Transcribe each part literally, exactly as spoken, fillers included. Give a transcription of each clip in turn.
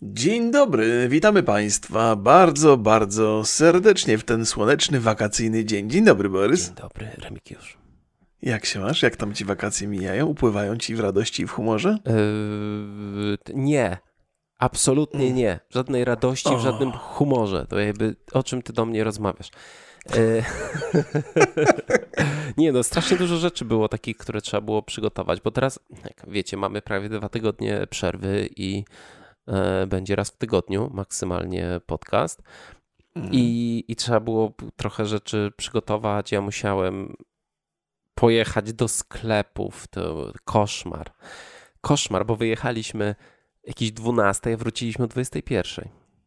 Dzień dobry, witamy Państwa bardzo, bardzo serdecznie w ten słoneczny, wakacyjny dzień. Dzień dobry, Borys. Dzień dobry, Remigiusz. Jak się masz? Jak tam ci wakacje mijają? Upływają ci w radości i w humorze? Yy, nie, absolutnie nie. Żadnej radości, O. w żadnym humorze. To jakby o czym ty do mnie rozmawiasz? Yy, nie no, strasznie dużo rzeczy było takich, które trzeba było przygotować, bo teraz, jak wiecie, mamy prawie dwa tygodnie przerwy i yy, będzie raz w tygodniu maksymalnie podcast. Mm. I, I trzeba było trochę rzeczy przygotować. Ja musiałem pojechać do sklepów, to koszmar. Koszmar, bo wyjechaliśmy jakieś dwunastej, a wróciliśmy o dwudziestej pierwszej.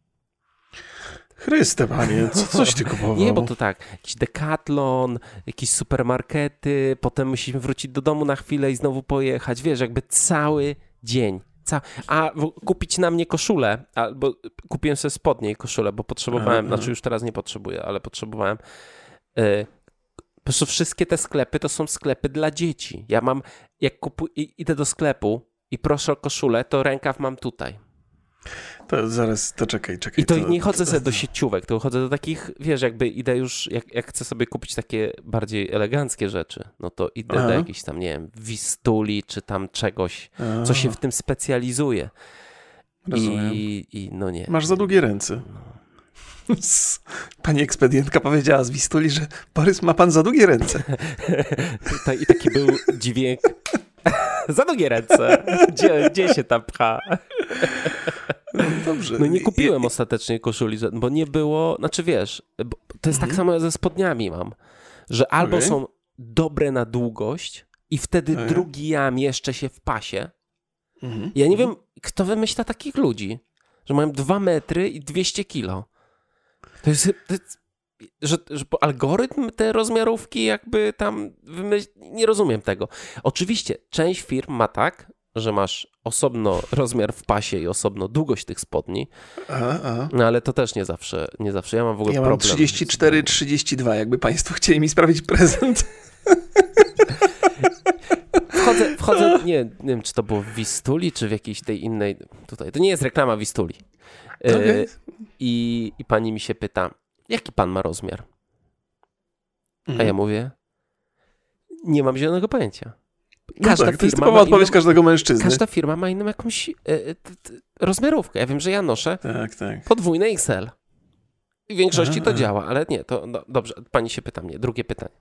Chryste, panie, co, coś ty kupował? Nie, bo to tak, jakiś Decathlon, jakieś supermarkety, potem musieliśmy wrócić do domu na chwilę i znowu pojechać. Wiesz, jakby cały dzień. Ca... A kupić na mnie koszulę, albo kupiłem sobie spodnie i koszulę, bo potrzebowałem, aha, znaczy już teraz nie potrzebuję, ale potrzebowałem... Y- Po prostu wszystkie te sklepy to są sklepy dla dzieci. Ja mam, jak kupu, idę do sklepu i proszę o koszulę, to rękaw mam tutaj. To zaraz, to czekaj, czekaj. I to, to nie chodzę sobie do sieciówek, to chodzę do takich, wiesz, jakby idę już, jak, jak chcę sobie kupić takie bardziej eleganckie rzeczy, no to idę Aha. do jakiejś tam, nie wiem, Wistuli, czy tam czegoś, Aha. co się w tym specjalizuje. Rozumiem. I, i no nie. Masz za długie ręce. No. Pani ekspedientka powiedziała z Wistuli, że Borys, ma pan za długie ręce. I taki był dźwięk. Za długie ręce. Gdzie, gdzie się tam pcha? No, dobrze. No nie kupiłem I, ostatecznie koszuli, bo nie było, znaczy wiesz, to jest mhm. tak samo jak ze spodniami mam, że albo okay. są dobre na długość i wtedy okay. drugi jam jeszcze się w pasie. Mhm. Ja nie wiem, kto wymyśla takich ludzi, że mają dwa metry i dwieście kilo. To jest, to jest że, że algorytm te rozmiarówki jakby tam wymyśl... Nie rozumiem tego. Oczywiście część firm ma tak, że masz osobno rozmiar w pasie i osobno długość tych spodni, aha, aha. no ale to też nie zawsze, nie zawsze. Ja mam w ogóle ja problem. Ja mam trzydzieści cztery trzydzieści dwa, jakby państwo chcieli mi sprawić prezent. Wchodzę, wchodzę nie, nie wiem, czy to było w Wistuli, czy w jakiejś tej innej, tutaj, to nie jest reklama Wistuli. Okay. I, I pani mi się pyta, jaki pan ma rozmiar? Mhm. A ja mówię, nie mam zielonego pojęcia. Każda no tak, to jest typowa odpowiedź inną, każdego mężczyzny. Każda firma ma inną jakąś e, t, t, rozmiarówkę. Ja wiem, że ja noszę tak, tak. podwójne X L. I w większości aha, to aha. działa, ale nie, to no, dobrze, pani się pyta mnie. Drugie pytanie.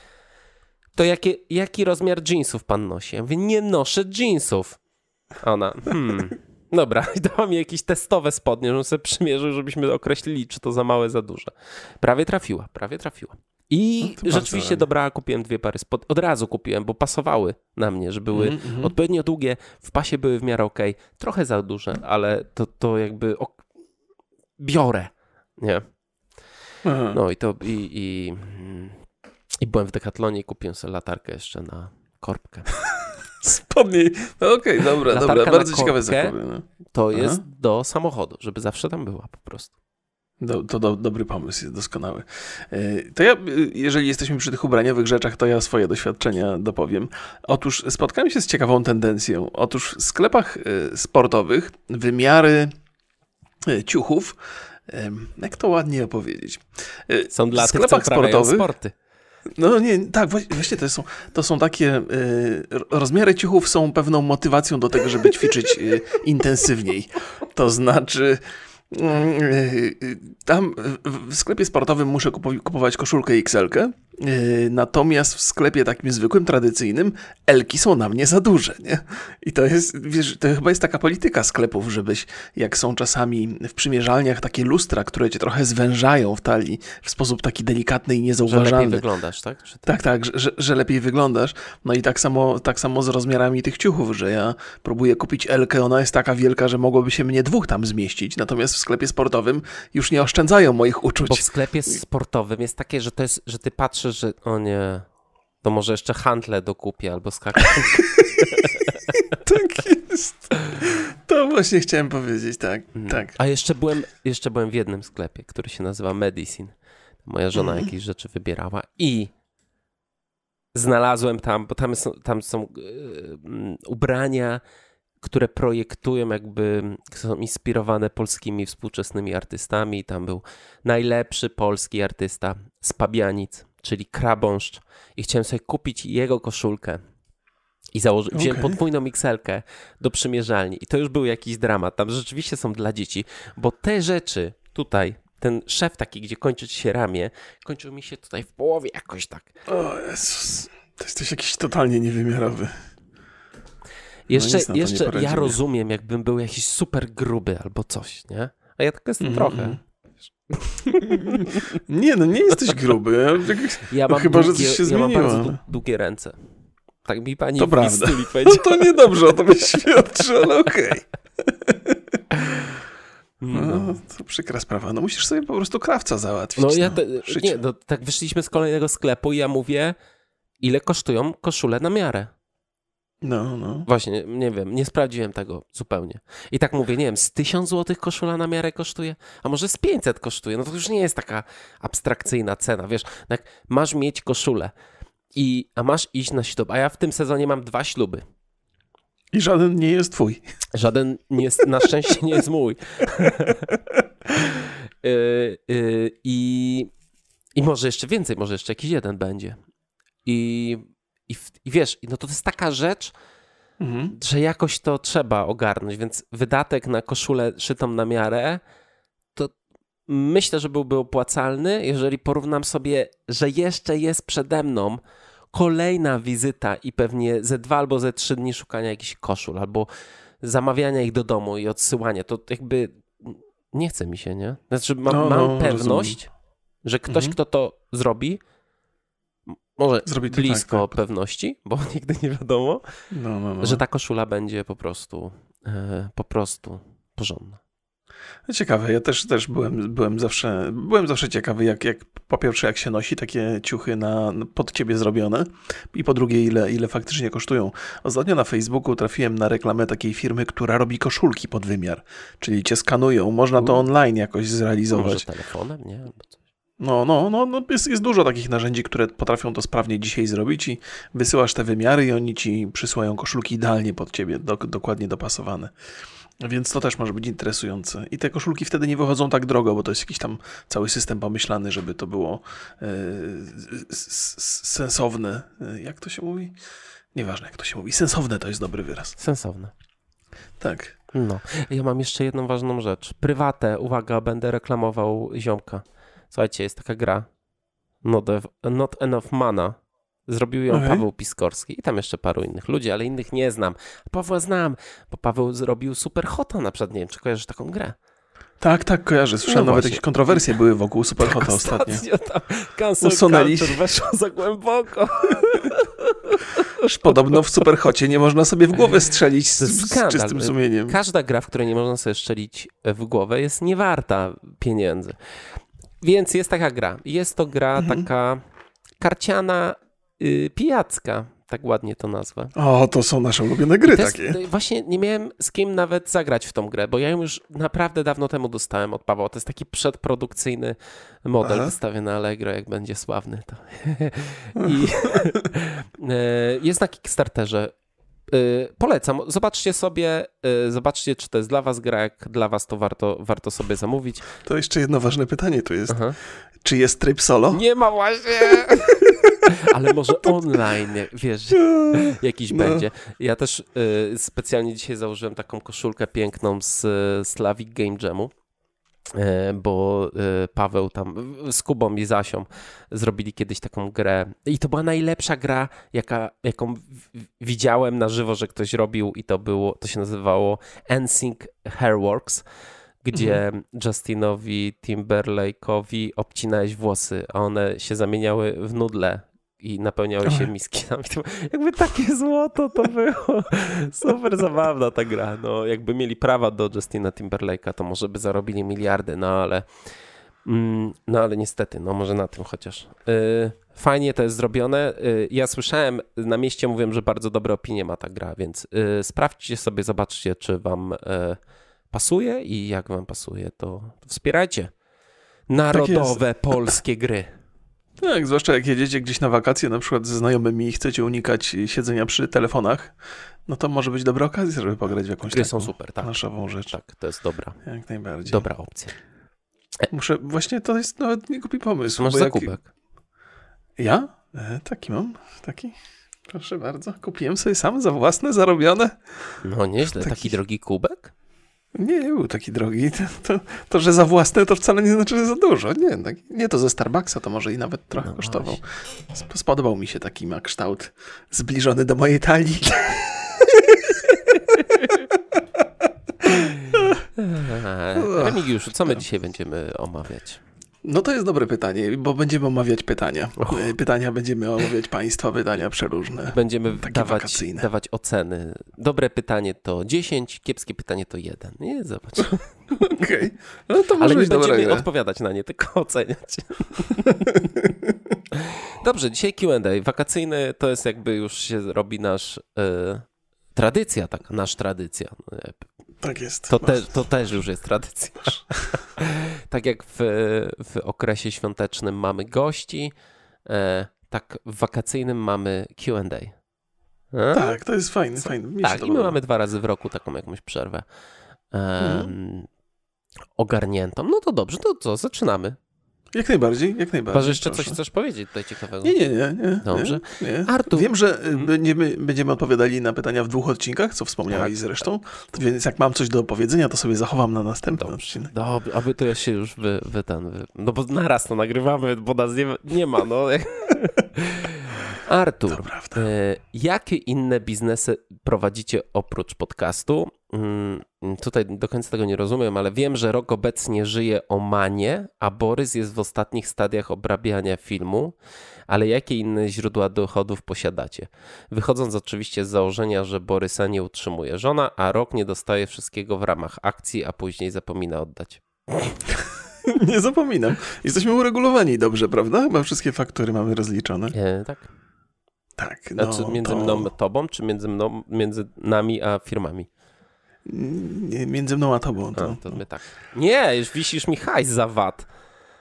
To jakie, jaki rozmiar dżinsów pan nosi? Ja mówię, nie noszę dżinsów. Ona, hmm... Dobra, i dała mi jakieś testowe spodnie, żebym sobie przymierzył, żebyśmy określili, czy to za małe, za duże. Prawie trafiła, prawie trafiła. I no rzeczywiście dobra, kupiłem dwie pary spodni. Od razu kupiłem, bo pasowały na mnie, że były mm, mm. odpowiednio długie, w pasie były w miarę okej, okay. Trochę za duże, ale to, to jakby ok... biorę, nie? Aha. No i to i, i, i byłem w Decathlonie i kupiłem sobie latarkę jeszcze na korbkę. Spodni. No okej, okay, dobra, latarka dobra. Bardzo ciekawe zakupy. No. To Aha. jest do samochodu, żeby zawsze tam była po prostu. Do, to do, dobry pomysł, jest doskonały. To ja, jeżeli jesteśmy przy tych ubraniowych rzeczach, to ja swoje doświadczenia dopowiem. Otóż spotkałem się z ciekawą tendencją. Otóż w sklepach sportowych wymiary ciuchów, jak to ładnie opowiedzieć? Są dla w sklepach tych, co sportowych sporty. No nie, tak, właśnie to są, to są takie, y, rozmiary ciuchów są pewną motywacją do tego, żeby ćwiczyć y, intensywniej. To znaczy, y, y, tam w sklepie sportowym muszę kupow- kupować koszulkę X L-kę, y, natomiast w sklepie takim zwykłym, tradycyjnym L-ki są na mnie za duże, nie? I to jest, wiesz, to chyba jest taka polityka sklepów, żebyś, jak są czasami w przymierzalniach takie lustra, które cię trochę zwężają w talii w sposób taki delikatny i niezauważalny. Że lepiej wyglądasz, tak? Czy tak, tak, że, że, że lepiej wyglądasz. No i tak samo, tak samo z rozmiarami tych ciuchów, że ja próbuję kupić L-kę, ona jest taka wielka, że mogłoby się mnie dwóch tam zmieścić, natomiast w sklepie sportowym już nie oszczędzają moich uczuć. Bo w sklepie sportowym jest takie, że to jest, że ty patrzysz, że o nie, to może jeszcze hantle dokupię albo skakankę. Tak jest. To właśnie chciałem powiedzieć, tak. Mm. tak. A jeszcze byłem, jeszcze byłem w jednym sklepie, który się nazywa Medicine. Moja żona mm. jakieś rzeczy wybierała i znalazłem tam, bo tam są, tam są yy, ubrania które projektują jakby, są inspirowane polskimi współczesnymi artystami. Tam był najlepszy polski artysta z Pabianic, czyli Krabąszcz i chciałem sobie kupić jego koszulkę i założyć, okay. wziąłem podwójną mikselkę do przymierzalni i to już był jakiś dramat. Tam rzeczywiście są dla dzieci, bo te rzeczy tutaj, ten szef taki, gdzie kończy się ramię, kończył mi się tutaj w połowie jakoś tak. O Jezus, to jesteś jakiś totalnie niewymiarowy. Jeszcze, no jeszcze ja rozumiem, jakbym był jakiś super gruby albo coś, nie? A ja tak jestem mm, trochę. Nie, no nie jesteś gruby. Ja no mam chyba, długie, że coś się ja zmieniło. mam bardzo długie ręce. Tak mi pani to w prawda. powiedziała. No to niedobrze o tobie świadczy, ale okej. Okay. No, no, to przykra sprawa. No musisz sobie po prostu krawca załatwić. No ja no, te, nie, no, tak wyszliśmy z kolejnego sklepu i ja mówię, ile kosztują koszule na miarę. No, no. Właśnie, nie wiem, nie sprawdziłem tego zupełnie. I tak mówię, nie wiem, z tysiąc złotych koszula na miarę kosztuje, a może z pięćset kosztuje. No to już nie jest taka abstrakcyjna cena, wiesz. Jak masz mieć koszulę, i, a masz iść na ślub, a ja w tym sezonie mam dwa śluby. I żaden nie jest twój. Żaden nie jest, na szczęście nie jest mój. yy, yy, i, I może jeszcze więcej, może jeszcze jakiś jeden będzie. I, i, i wiesz, no to, to jest taka rzecz, mhm. że jakoś to trzeba ogarnąć, więc wydatek na koszulę szytą na miarę, to myślę, że byłby opłacalny, jeżeli porównam sobie, że jeszcze jest przede mną kolejna wizyta i pewnie ze dwa albo ze trzy dni szukania jakichś koszul, albo zamawiania ich do domu i odsyłania, to jakby nie chce mi się, nie? Znaczy mam, no, mam no, pewność, rozumiem. że ktoś, mhm. kto to zrobi, może zrobi to blisko tak, tak. pewności, bo nigdy nie wiadomo, no, no, no. że ta koszula będzie po prostu e, po prostu porządna. Ciekawe, ja też, też byłem, byłem, zawsze, byłem zawsze ciekawy, jak, jak po pierwsze jak się nosi takie ciuchy na, pod ciebie zrobione i po drugie ile, ile faktycznie kosztują. Ostatnio na Facebooku trafiłem na reklamę takiej firmy, która robi koszulki pod wymiar, czyli cię skanują, można to online jakoś zrealizować. Może telefonem, nie? Albo coś. No, no, no, no jest, jest dużo takich narzędzi, które potrafią to sprawnie dzisiaj zrobić i wysyłasz te wymiary i oni ci przysyłają koszulki idealnie pod ciebie, do, dokładnie dopasowane. Więc to też może być interesujące. I te koszulki wtedy nie wychodzą tak drogo, bo to jest jakiś tam cały system pomyślany, żeby to było e, s, s, sensowne. Jak to się mówi? Nieważne jak to się mówi. Sensowne to jest dobry wyraz. Sensowne. Tak. No. Ja mam jeszcze jedną ważną rzecz. Prywatę, uwaga, będę reklamował ziomka. Słuchajcie, jest taka gra. Not, not Enough Mana. Zrobił ją okay. Paweł Piskorski i tam jeszcze paru innych ludzi, ale innych nie znam. Pawła znam, bo Paweł zrobił Superhota na przykład. Nie wiem, czy kojarzysz taką grę? Tak, tak, kojarzę. Słyszałem, no nawet jakieś kontrowersje były wokół Superhota tak, ostatnio. Ostatnio tam cancel culture weszło za głęboko. Podobno w Superhocie nie można sobie w głowę strzelić z, z czystym sumieniem. Każda gra, w której nie można sobie strzelić w głowę, jest niewarta pieniędzy. Więc jest taka gra. Jest to gra mhm. taka karciana, Yy, pijacka, tak ładnie to nazwę. O, to są nasze ulubione gry jest, takie. Właśnie nie miałem z kim nawet zagrać w tą grę, bo ja ją już naprawdę dawno temu dostałem od Pawła. To jest taki przedprodukcyjny model, wystawię na Allegro, jak będzie sławny. To. I jest na Kickstarterze. Yy, polecam, zobaczcie sobie, yy, zobaczcie, czy to jest dla was gra, jak dla was to warto, warto sobie zamówić. To jeszcze jedno ważne pytanie tu jest. Aha. Czy jest tryb solo? Nie ma właśnie! Ale może online, wiesz, jakiś no. będzie. Ja też y, specjalnie dzisiaj założyłem taką koszulkę piękną z Slavic Game Jamu, y, bo y, Paweł tam z Kubą i Zasią zrobili kiedyś taką grę i to była najlepsza gra, jaka, jaką w, widziałem na żywo, że ktoś robił i to było, to się nazywało N Sync Hairworks, gdzie mhm. Justinowi Timberlake'owi obcinałeś włosy, a one się zamieniały w nudle i napełniały się miski. Jakby takie złoto to było. Super zabawna ta gra. No, jakby mieli prawa do Justina Timberlake'a, to może by zarobili miliardy, no ale mm, no ale niestety, no może na tym chociaż. Yy, fajnie to jest zrobione. Yy, ja słyszałem, na mieście mówią, że bardzo dobre opinie ma ta gra, więc yy, sprawdźcie sobie, zobaczcie, czy wam yy, pasuje i jak wam pasuje, to, to wspierajcie narodowe tak polskie gry. Tak, zwłaszcza jak jedziecie gdzieś na wakacje, na przykład ze znajomymi i chcecie unikać siedzenia przy telefonach, no to może być dobra okazja, żeby pograć w jakąś Gry taką są super, tak. planszową rzecz. Tak, to jest dobra. Jak najbardziej. Dobra opcja. Muszę, właśnie to jest nawet nie głupi pomysł. Masz bo jak... zakubek. Ja? E, taki mam, taki. Proszę bardzo, kupiłem sobie sam za własne, zarobione. No nieźle, taki, taki drogi kubek? Nie, nie był taki drogi. To, to, to, że za własne, to wcale nie znaczy, że za dużo. Nie, tak, nie to ze Starbucksa, to może i nawet trochę no kosztował. Sp- spodobał mi się taki ma kształt zbliżony do mojej talii. Remigiuszu, co my dzisiaj będziemy omawiać? No to jest dobre pytanie, bo będziemy omawiać pytania. Oh. Pytania będziemy omawiać państwa, pytania przeróżne. Będziemy dawać, dawać oceny. Dobre pytanie to dziesięć, kiepskie pytanie to jeden. Nie, zobacz. Okej. Okay. No to może Ale nie być będziemy dobrego. odpowiadać na nie, tylko oceniać. Dobrze, dzisiaj Q and A. Wakacyjny to jest jakby już się robi nasz yy, tradycja, taka, nasz tradycja. Tak jest. To, te, to też już jest tradycja. Tak jak w, w okresie świątecznym mamy gości, e, tak w wakacyjnym mamy Q and A. A? Tak, to jest fajny, fajny. Mi tak, i my mamy dwa razy w roku taką jakąś przerwę e, mm. ogarniętą. No to dobrze, to co, zaczynamy. Jak najbardziej, jak najbardziej. Masz jeszcze proszę. Coś chcesz powiedzieć tutaj ciekawego? Nie, nie, nie. nie Dobrze. Nie, nie. Artur. Wiem, że będziemy, będziemy odpowiadali na pytania w dwóch odcinkach, co wspomniałeś tak. zresztą, więc jak mam coś do opowiedzenia, to sobie zachowam na następny odcinek. Dobrze, aby to ja się już wy, wy ten... Wy... No bo naraz to nagrywamy, bo nas nie, nie ma, no. Artur, e, jakie inne biznesy prowadzicie oprócz podcastu? Hmm, tutaj do końca tego nie rozumiem, ale wiem, że Rok obecnie żyje o Manie, a Borys jest w ostatnich stadiach obrabiania filmu, ale jakie inne źródła dochodów posiadacie? Wychodząc oczywiście z założenia, że Borysa nie utrzymuje żona, a Rok nie dostaje wszystkiego w ramach akcji, a później zapomina oddać. Nie zapominam. Jesteśmy uregulowani dobrze, prawda? Chyba wszystkie faktury mamy rozliczone. E, tak. Tak, no znaczy między to... mną a tobą, czy między, mną, między nami a firmami? Nie, między mną a tobą. To, a, to my tak. Nie, już wisisz mi hajs za V A T.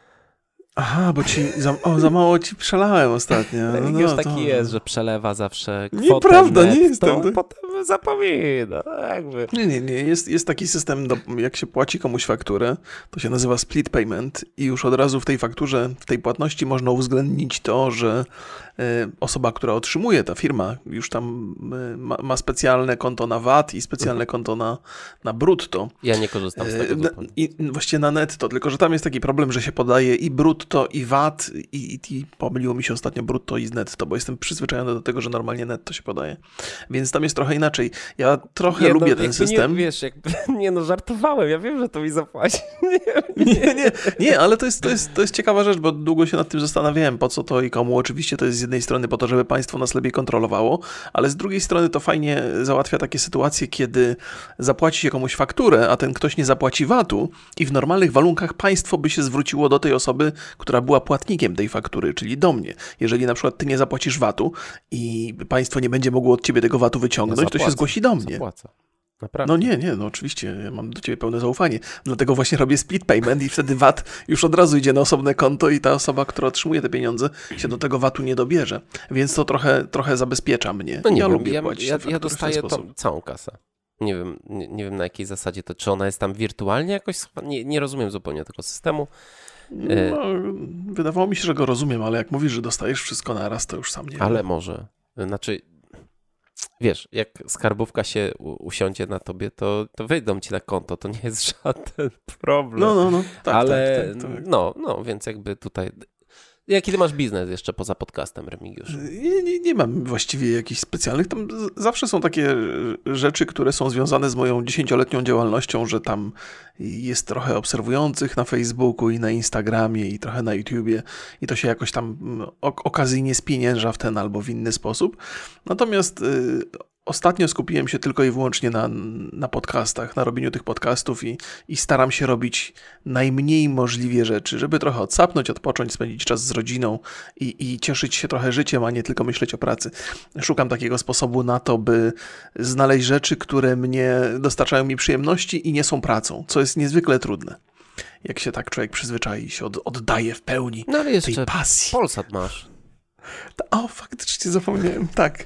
Aha, bo ci za, o, za mało ci przelałem ostatnio. No, no, już to... taki jest, że przelewa zawsze kwotę Nieprawda, net, nie jestem. To potem zapomina. Jakby. Nie, nie, nie. Jest, jest taki system, do, jak się płaci komuś fakturę, to się nazywa split payment i już od razu w tej fakturze, w tej płatności można uwzględnić to, że y, osoba, która otrzymuje, ta firma, już tam y, ma, ma specjalne konto na V A T i specjalne mhm. konto na, na brutto. Ja nie korzystam z tego. Y, I właściwie na netto, tylko że tam jest taki problem, że się podaje i brutto, i V A T, i, i, i pomyliło mi się ostatnio brutto i z netto, bo jestem przyzwyczajony do tego, że normalnie netto się podaje. Więc tam jest trochę inaczej. Ja trochę nie, lubię no, ten system. Nie, wiesz, jakby, nie no, żartowałem, ja wiem, że to mi zapłaci. Nie, nie, nie, nie ale to jest, to, jest, to jest ciekawa rzecz, bo długo się nad tym zastanawiałem, po co to i komu. Oczywiście to jest z jednej strony po to, żeby państwo nas lepiej kontrolowało, ale z drugiej strony to fajnie załatwia takie sytuacje, kiedy zapłaci się komuś fakturę, a ten ktoś nie zapłaci V A T-u i w normalnych warunkach państwo by się zwróciło do tej osoby, która była płatnikiem tej faktury, czyli do mnie. Jeżeli na przykład ty nie zapłacisz V A T-u i państwo nie będzie mogło od ciebie tego V A T-u wyciągnąć, ja zapłacę, to się zgłosi do mnie. Zapłacę. Naprawdę. No nie, nie, no oczywiście, ja mam do ciebie pełne zaufanie. Dlatego właśnie robię split payment i wtedy V A T już od razu idzie na osobne konto i ta osoba, która otrzymuje te pieniądze, się do tego V A T-u nie dobierze. Więc to trochę, trochę zabezpiecza mnie. No nie ja wiem, lubię ja, płacić ja, te ja dostaję tą całą kasę. Nie wiem, nie, nie wiem na jakiej zasadzie to, czy ona jest tam wirtualnie jakoś, nie, nie rozumiem zupełnie tego systemu. No, wydawało mi się, że go rozumiem, ale jak mówisz, że dostajesz wszystko naraz, to już sam nie Ale wiem. może. Znaczy, wiesz, jak skarbówka się usiądzie na tobie, to, to wyjdą ci na konto, to nie jest żaden problem. No, no, no. Tak, ale tak, tak, tak. no, no, więc jakby tutaj... Jaki ty masz biznes jeszcze poza podcastem, Remigiusz? Nie, nie, nie mam właściwie jakichś specjalnych. Tam zawsze są takie rzeczy, które są związane z moją dziesięcioletnią działalnością, że tam jest trochę obserwujących na Facebooku i na Instagramie i trochę na YouTubie i to się jakoś tam okazyjnie spienięża w ten albo w inny sposób. Natomiast y, ostatnio skupiłem się tylko i wyłącznie na, na podcastach, na robieniu tych podcastów i, i staram się robić najmniej możliwie rzeczy, żeby trochę odsapnąć, odpocząć, spędzić czas z rodziną i, i cieszyć się trochę życiem, a nie tylko myśleć o pracy. Szukam takiego sposobu na to, by znaleźć rzeczy, które mnie dostarczają mi przyjemności i nie są pracą, co jest niezwykle trudne. jak się tak człowiek przyzwyczai i się od, oddaje w pełni no, ale jeszcze tej pasji. Polsat masz. O, faktycznie zapomniałem, tak.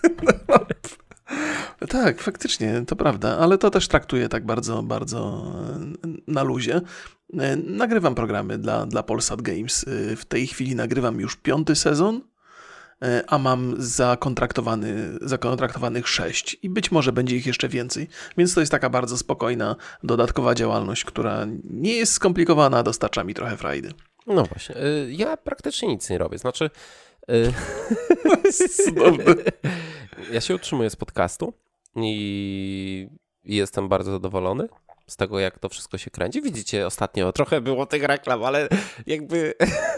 Tak, faktycznie, to prawda, ale to też traktuję tak bardzo, bardzo na luzie. Nagrywam programy dla, dla Polsat Games. W tej chwili nagrywam już piąty sezon, a mam zakontraktowany, zakontraktowanych sześć i być może będzie ich jeszcze więcej, więc to jest taka bardzo spokojna, dodatkowa działalność, która nie jest skomplikowana, a dostarcza mi trochę frajdy. No właśnie, ja praktycznie nic nie robię, znaczy ja się utrzymuję z podcastu i jestem bardzo zadowolony z tego, jak to wszystko się kręci. Widzicie, ostatnio trochę było tych reklam, ale jakby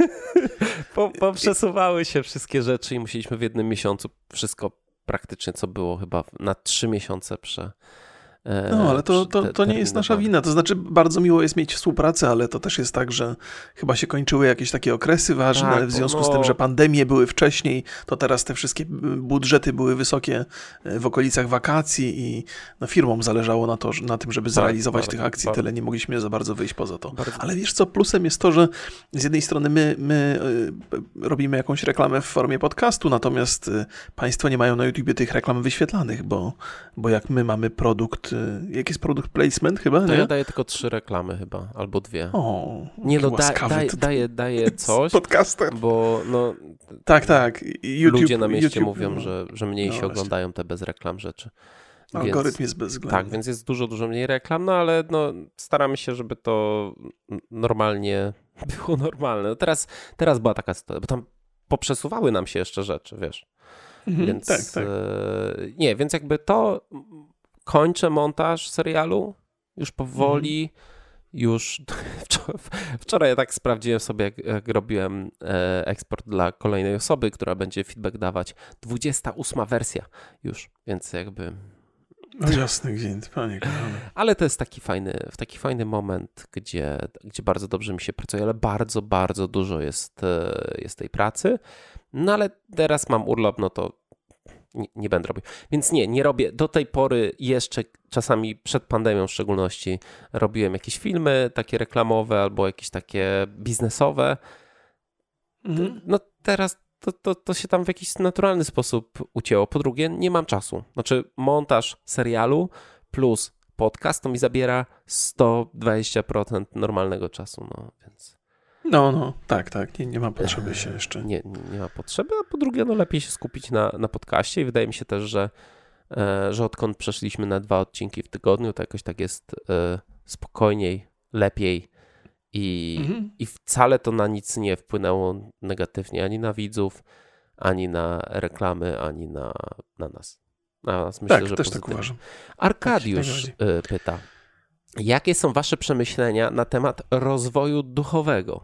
po, poprzesuwały się wszystkie rzeczy i musieliśmy w jednym miesiącu wszystko praktycznie, co było chyba na trzy miesiące prze... No, ale to, to, to nie jest nasza wina. To znaczy, bardzo miło jest mieć współpracę, ale to też jest tak, że chyba się kończyły jakieś takie okresy ważne, tak, w związku no... z tym, że pandemie były wcześniej, to teraz te wszystkie budżety były wysokie w okolicach wakacji i no, firmom zależało na, to, na tym, żeby zrealizować tak, tych akcji, bardzo. Tyle nie mogliśmy za bardzo wyjść poza to. Bardzo. Ale wiesz co, plusem jest to, że z jednej strony my, my robimy jakąś reklamę w formie podcastu, natomiast państwo nie mają na YouTubie tych reklam wyświetlanych, bo, bo jak my mamy produkt, jaki jest produkt placement chyba, to nie? ja daję tylko trzy reklamy chyba, albo dwie. O, nie no, da, daj, daję, daję coś, podcaster. Bo no... Tak, tak. YouTube, ludzie na mieście YouTube, mówią, no, że, że mniej no się właśnie. oglądają te bez reklam rzeczy. Algorytm więc, jest bezwzględny. Tak, więc jest dużo, dużo mniej reklam, no ale no, staramy się, żeby to normalnie było normalne. No teraz, teraz była taka sytuacja, bo tam poprzesuwały nam się jeszcze rzeczy, wiesz. Mhm, więc tak, tak. E, nie, więc jakby to kończę montaż serialu już powoli. Mhm. Już wczoraj ja tak sprawdziłem sobie, jak, jak robiłem e, eksport dla kolejnej osoby, która będzie feedback dawać. dwudziesta ósma wersja już, więc jakby... No jasny gwint, panie kochany. Ale to jest taki fajny, taki fajny moment, gdzie, gdzie bardzo dobrze mi się pracuje, ale bardzo, bardzo dużo jest, jest tej pracy. No ale teraz mam urlop, no to nie, nie będę robił. Więc nie, nie robię. Do tej pory jeszcze czasami przed pandemią w szczególności robiłem jakieś filmy takie reklamowe albo jakieś takie biznesowe. Mhm. No teraz to, to, to się tam w jakiś naturalny sposób ucięło. Po drugie, nie mam czasu. Znaczy montaż serialu plus podcast to mi zabiera sto dwadzieścia procent normalnego czasu, no więc... No, no, tak, tak, nie, nie ma potrzeby się jeszcze... Nie, nie ma potrzeby, a po drugie, no lepiej się skupić na, na podcaście i wydaje mi się też, że, e, że odkąd przeszliśmy na dwa odcinki w tygodniu, to jakoś tak jest e, spokojniej, lepiej i, mhm. i wcale to na nic nie wpłynęło negatywnie, ani na widzów, ani na reklamy, ani na, na nas. Na nas myślę, tak, że też pozytywnie. tak uważam. Arkadiusz tak e, pyta, jakie są wasze przemyślenia na temat rozwoju duchowego?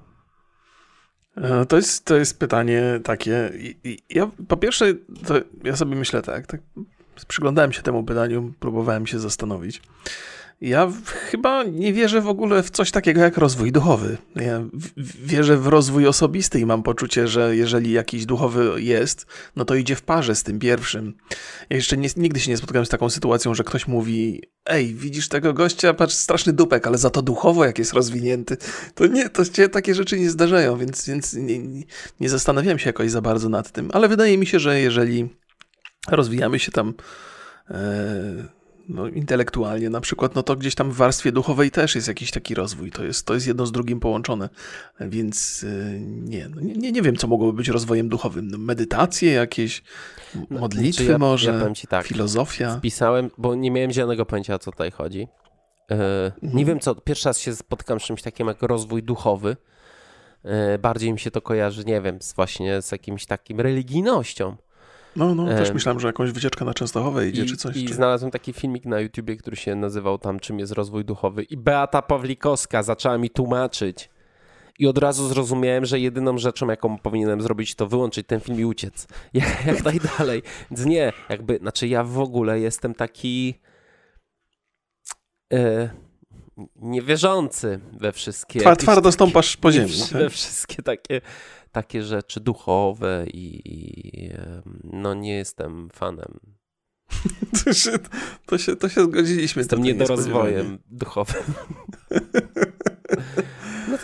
To jest, to jest pytanie takie, ja po pierwsze, to ja sobie myślę tak, tak, przyglądałem się temu pytaniu, próbowałem się zastanowić. Ja w, chyba nie wierzę w ogóle w coś takiego jak rozwój duchowy. Ja w, wierzę w rozwój osobisty i mam poczucie, że jeżeli jakiś duchowy jest, no to idzie w parze z tym pierwszym. Ja jeszcze nie, nigdy się nie spotkałem z taką sytuacją, że ktoś mówi: ej, widzisz tego gościa, patrz, straszny dupek, ale za to duchowo jak jest rozwinięty. To nie, to się takie rzeczy nie zdarzają, więc, więc nie, nie, nie zastanawiałem się jakoś za bardzo nad tym. Ale wydaje mi się, że jeżeli rozwijamy się tam... E, no, intelektualnie na przykład, no to gdzieś tam w warstwie duchowej też jest jakiś taki rozwój. To jest, to jest jedno z drugim połączone. Więc nie, no nie, nie wiem, co mogłoby być rozwojem duchowym. No, medytacje jakieś, modlitwy ja, może, ja powiem ci tak, filozofia. Wpisałem, bo nie miałem zielonego pojęcia, o co tutaj chodzi. Yy, mhm. Nie wiem, co, pierwszy raz się spotykam z czymś takim jak rozwój duchowy. Yy, bardziej mi się to kojarzy, nie wiem, z właśnie z jakimś takim religijnością. No, no, też myślałem, że jakąś wycieczka na Częstochowę idzie, I, czy coś. I czy... znalazłem taki filmik na YouTubie, który się nazywał tam Czym jest rozwój duchowy i Beata Pawlikowska zaczęła mi tłumaczyć i od razu zrozumiałem, że jedyną rzeczą, jaką powinienem zrobić, to wyłączyć ten film i uciec. Jak, jak najdalej. Więc nie, jakby, znaczy ja w ogóle jestem taki e, niewierzący we wszystkie... Twar, twardo stąpasz po ziemi. We, we wszystkie takie... takie rzeczy duchowe i, i no nie jestem fanem. To się, to się, to się zgodziliśmy. Jestem niedorozwojem duchowym.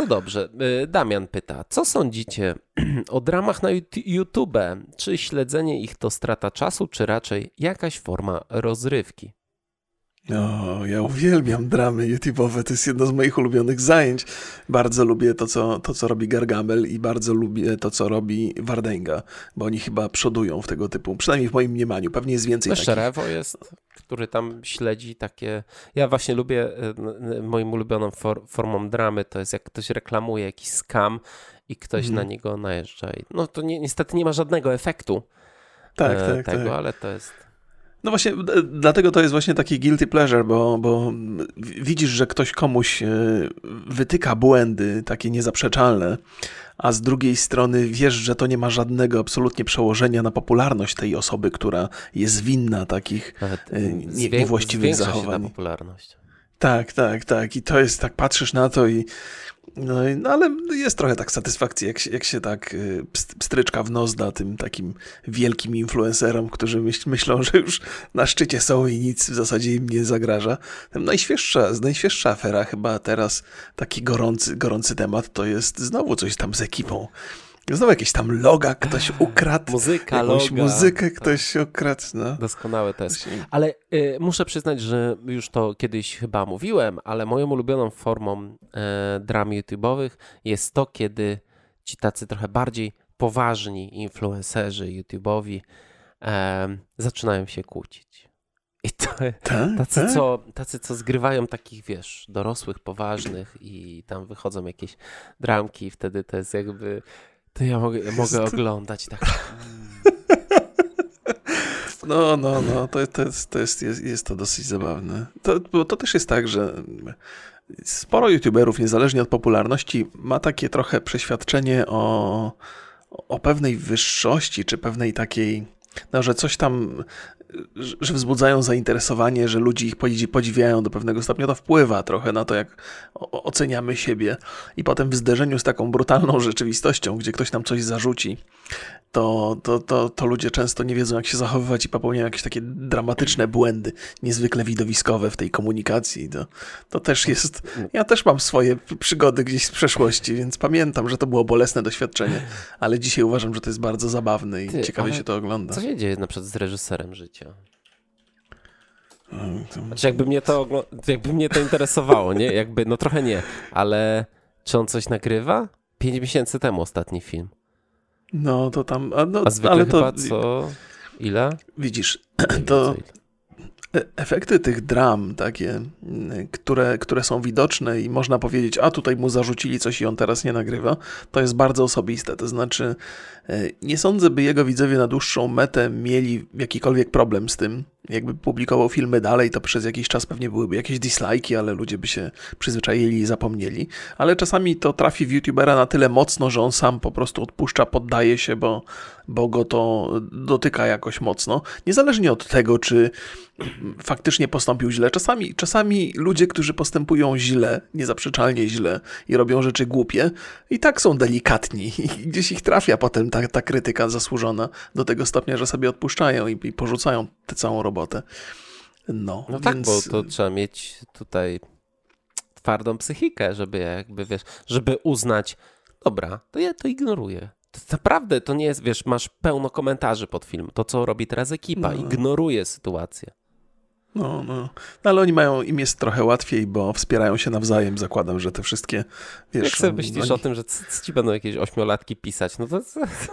dobrze. Damian pyta, co sądzicie o dramach na YouTube? Czy śledzenie ich to strata czasu, czy raczej jakaś forma rozrywki? O, ja uwielbiam dramy YouTube'owe, to jest jedno z moich ulubionych zajęć. Bardzo lubię to, co, to, co robi Gargamel i bardzo lubię to, co robi Wardęga, bo oni chyba przodują w tego typu, przynajmniej w moim mniemaniu, pewnie jest więcej takich. Szerewo jest, który tam śledzi takie... Ja właśnie lubię, moim ulubioną for, formą dramy to jest jak ktoś reklamuje jakiś scam i ktoś hmm. na niego najeżdża. No to ni- niestety nie ma żadnego efektu tak, e, tak, tego, tak. ale to jest... No właśnie, dlatego to jest właśnie taki guilty pleasure, bo, bo widzisz, że ktoś komuś wytyka błędy takie niezaprzeczalne, a z drugiej strony wiesz, że to nie ma żadnego absolutnie przełożenia na popularność tej osoby, która jest winna takich nie, niewłaściwych zachowań. Zwiększa się ta popularność. Tak, tak, tak. I to jest, tak patrzysz na to i no, no ale jest trochę tak satysfakcji, jak się, jak się tak pstryczka w nos da tym takim wielkim influencerom, którzy myśl, myślą, że już na szczycie są i nic w zasadzie im nie zagraża. Najświeższa, najświeższa afera chyba teraz, taki gorący, gorący temat, to jest znowu coś tam z ekipą. Znowu jakieś tam loga ktoś ukradł. Muzyka, jakąś loga. muzykę ktoś ukradł. No. Doskonałe to jest. Ale y, muszę przyznać, że już to kiedyś chyba mówiłem, ale moją ulubioną formą y, dram YouTube'owych jest to, kiedy ci tacy trochę bardziej poważni influencerzy YouTube'owi y, zaczynają się kłócić. I to tak, tacy, tak? Co, tacy, co zgrywają takich, wiesz, dorosłych, poważnych i tam wychodzą jakieś dramki i wtedy to jest jakby... To ja mogę, ja mogę oglądać tak. No, no, no, to, to, jest, to jest, jest, jest to dosyć zabawne. To, bo to też jest tak, że sporo youtuberów, niezależnie od popularności, ma takie trochę przeświadczenie o, o pewnej wyższości, czy pewnej takiej, no, że coś tam, że wzbudzają zainteresowanie, że ludzie ich podziwiają do pewnego stopnia, to wpływa trochę na to, jak oceniamy siebie. I potem w zderzeniu z taką brutalną rzeczywistością, gdzie ktoś nam coś zarzuci, to, to, to, to ludzie często nie wiedzą, jak się zachowywać i popełniają jakieś takie dramatyczne błędy, niezwykle widowiskowe w tej komunikacji. To, to też jest... Ja też mam swoje przygody gdzieś z przeszłości, więc pamiętam, że to było bolesne doświadczenie, ale dzisiaj uważam, że to jest bardzo zabawne i Ty, ciekawie się to ogląda. Co się dzieje na przykład z reżyserem życia? Znaczy jakby mnie to, jakby mnie to interesowało, nie? Jakby, no trochę nie, ale czy on coś nagrywa? Pięć miesięcy temu ostatni film. No to tam... A, no, a zwykle ale chyba to, co? Ile? Widzisz, to efekty tych dram takie, które, które są widoczne i można powiedzieć, a tutaj mu zarzucili coś i on teraz nie nagrywa, to jest bardzo osobiste. To znaczy nie sądzę, by jego widzowie na dłuższą metę mieli jakikolwiek problem z tym. Jakby publikował filmy dalej, to przez jakiś czas pewnie byłyby jakieś dislike'i, ale ludzie by się przyzwyczaili i zapomnieli. Ale czasami to trafi w youtubera na tyle mocno, że on sam po prostu odpuszcza, poddaje się, bo, bo go to dotyka jakoś mocno. Niezależnie od tego, czy faktycznie postąpił źle. Czasami, czasami ludzie, którzy postępują źle, niezaprzeczalnie źle i robią rzeczy głupie, i tak są delikatni i gdzieś ich trafia potem ta, ta krytyka zasłużona do tego stopnia, że sobie odpuszczają i, i porzucają tę całą robotę. No, no więc... tak, bo to trzeba mieć tutaj twardą psychikę, żeby jakby, wiesz, żeby uznać, dobra, to ja to ignoruję. To naprawdę to nie jest, wiesz, masz pełno komentarzy pod film. To, co robi teraz ekipa, no. ignoruje sytuację. No, no. no, ale oni mają, im jest trochę łatwiej, bo wspierają się nawzajem. Zakładam, że te wszystkie, wiesz... Jak sobie myślisz oni... o tym, że c- c- ci będą jakieś ośmiolatki pisać, no to...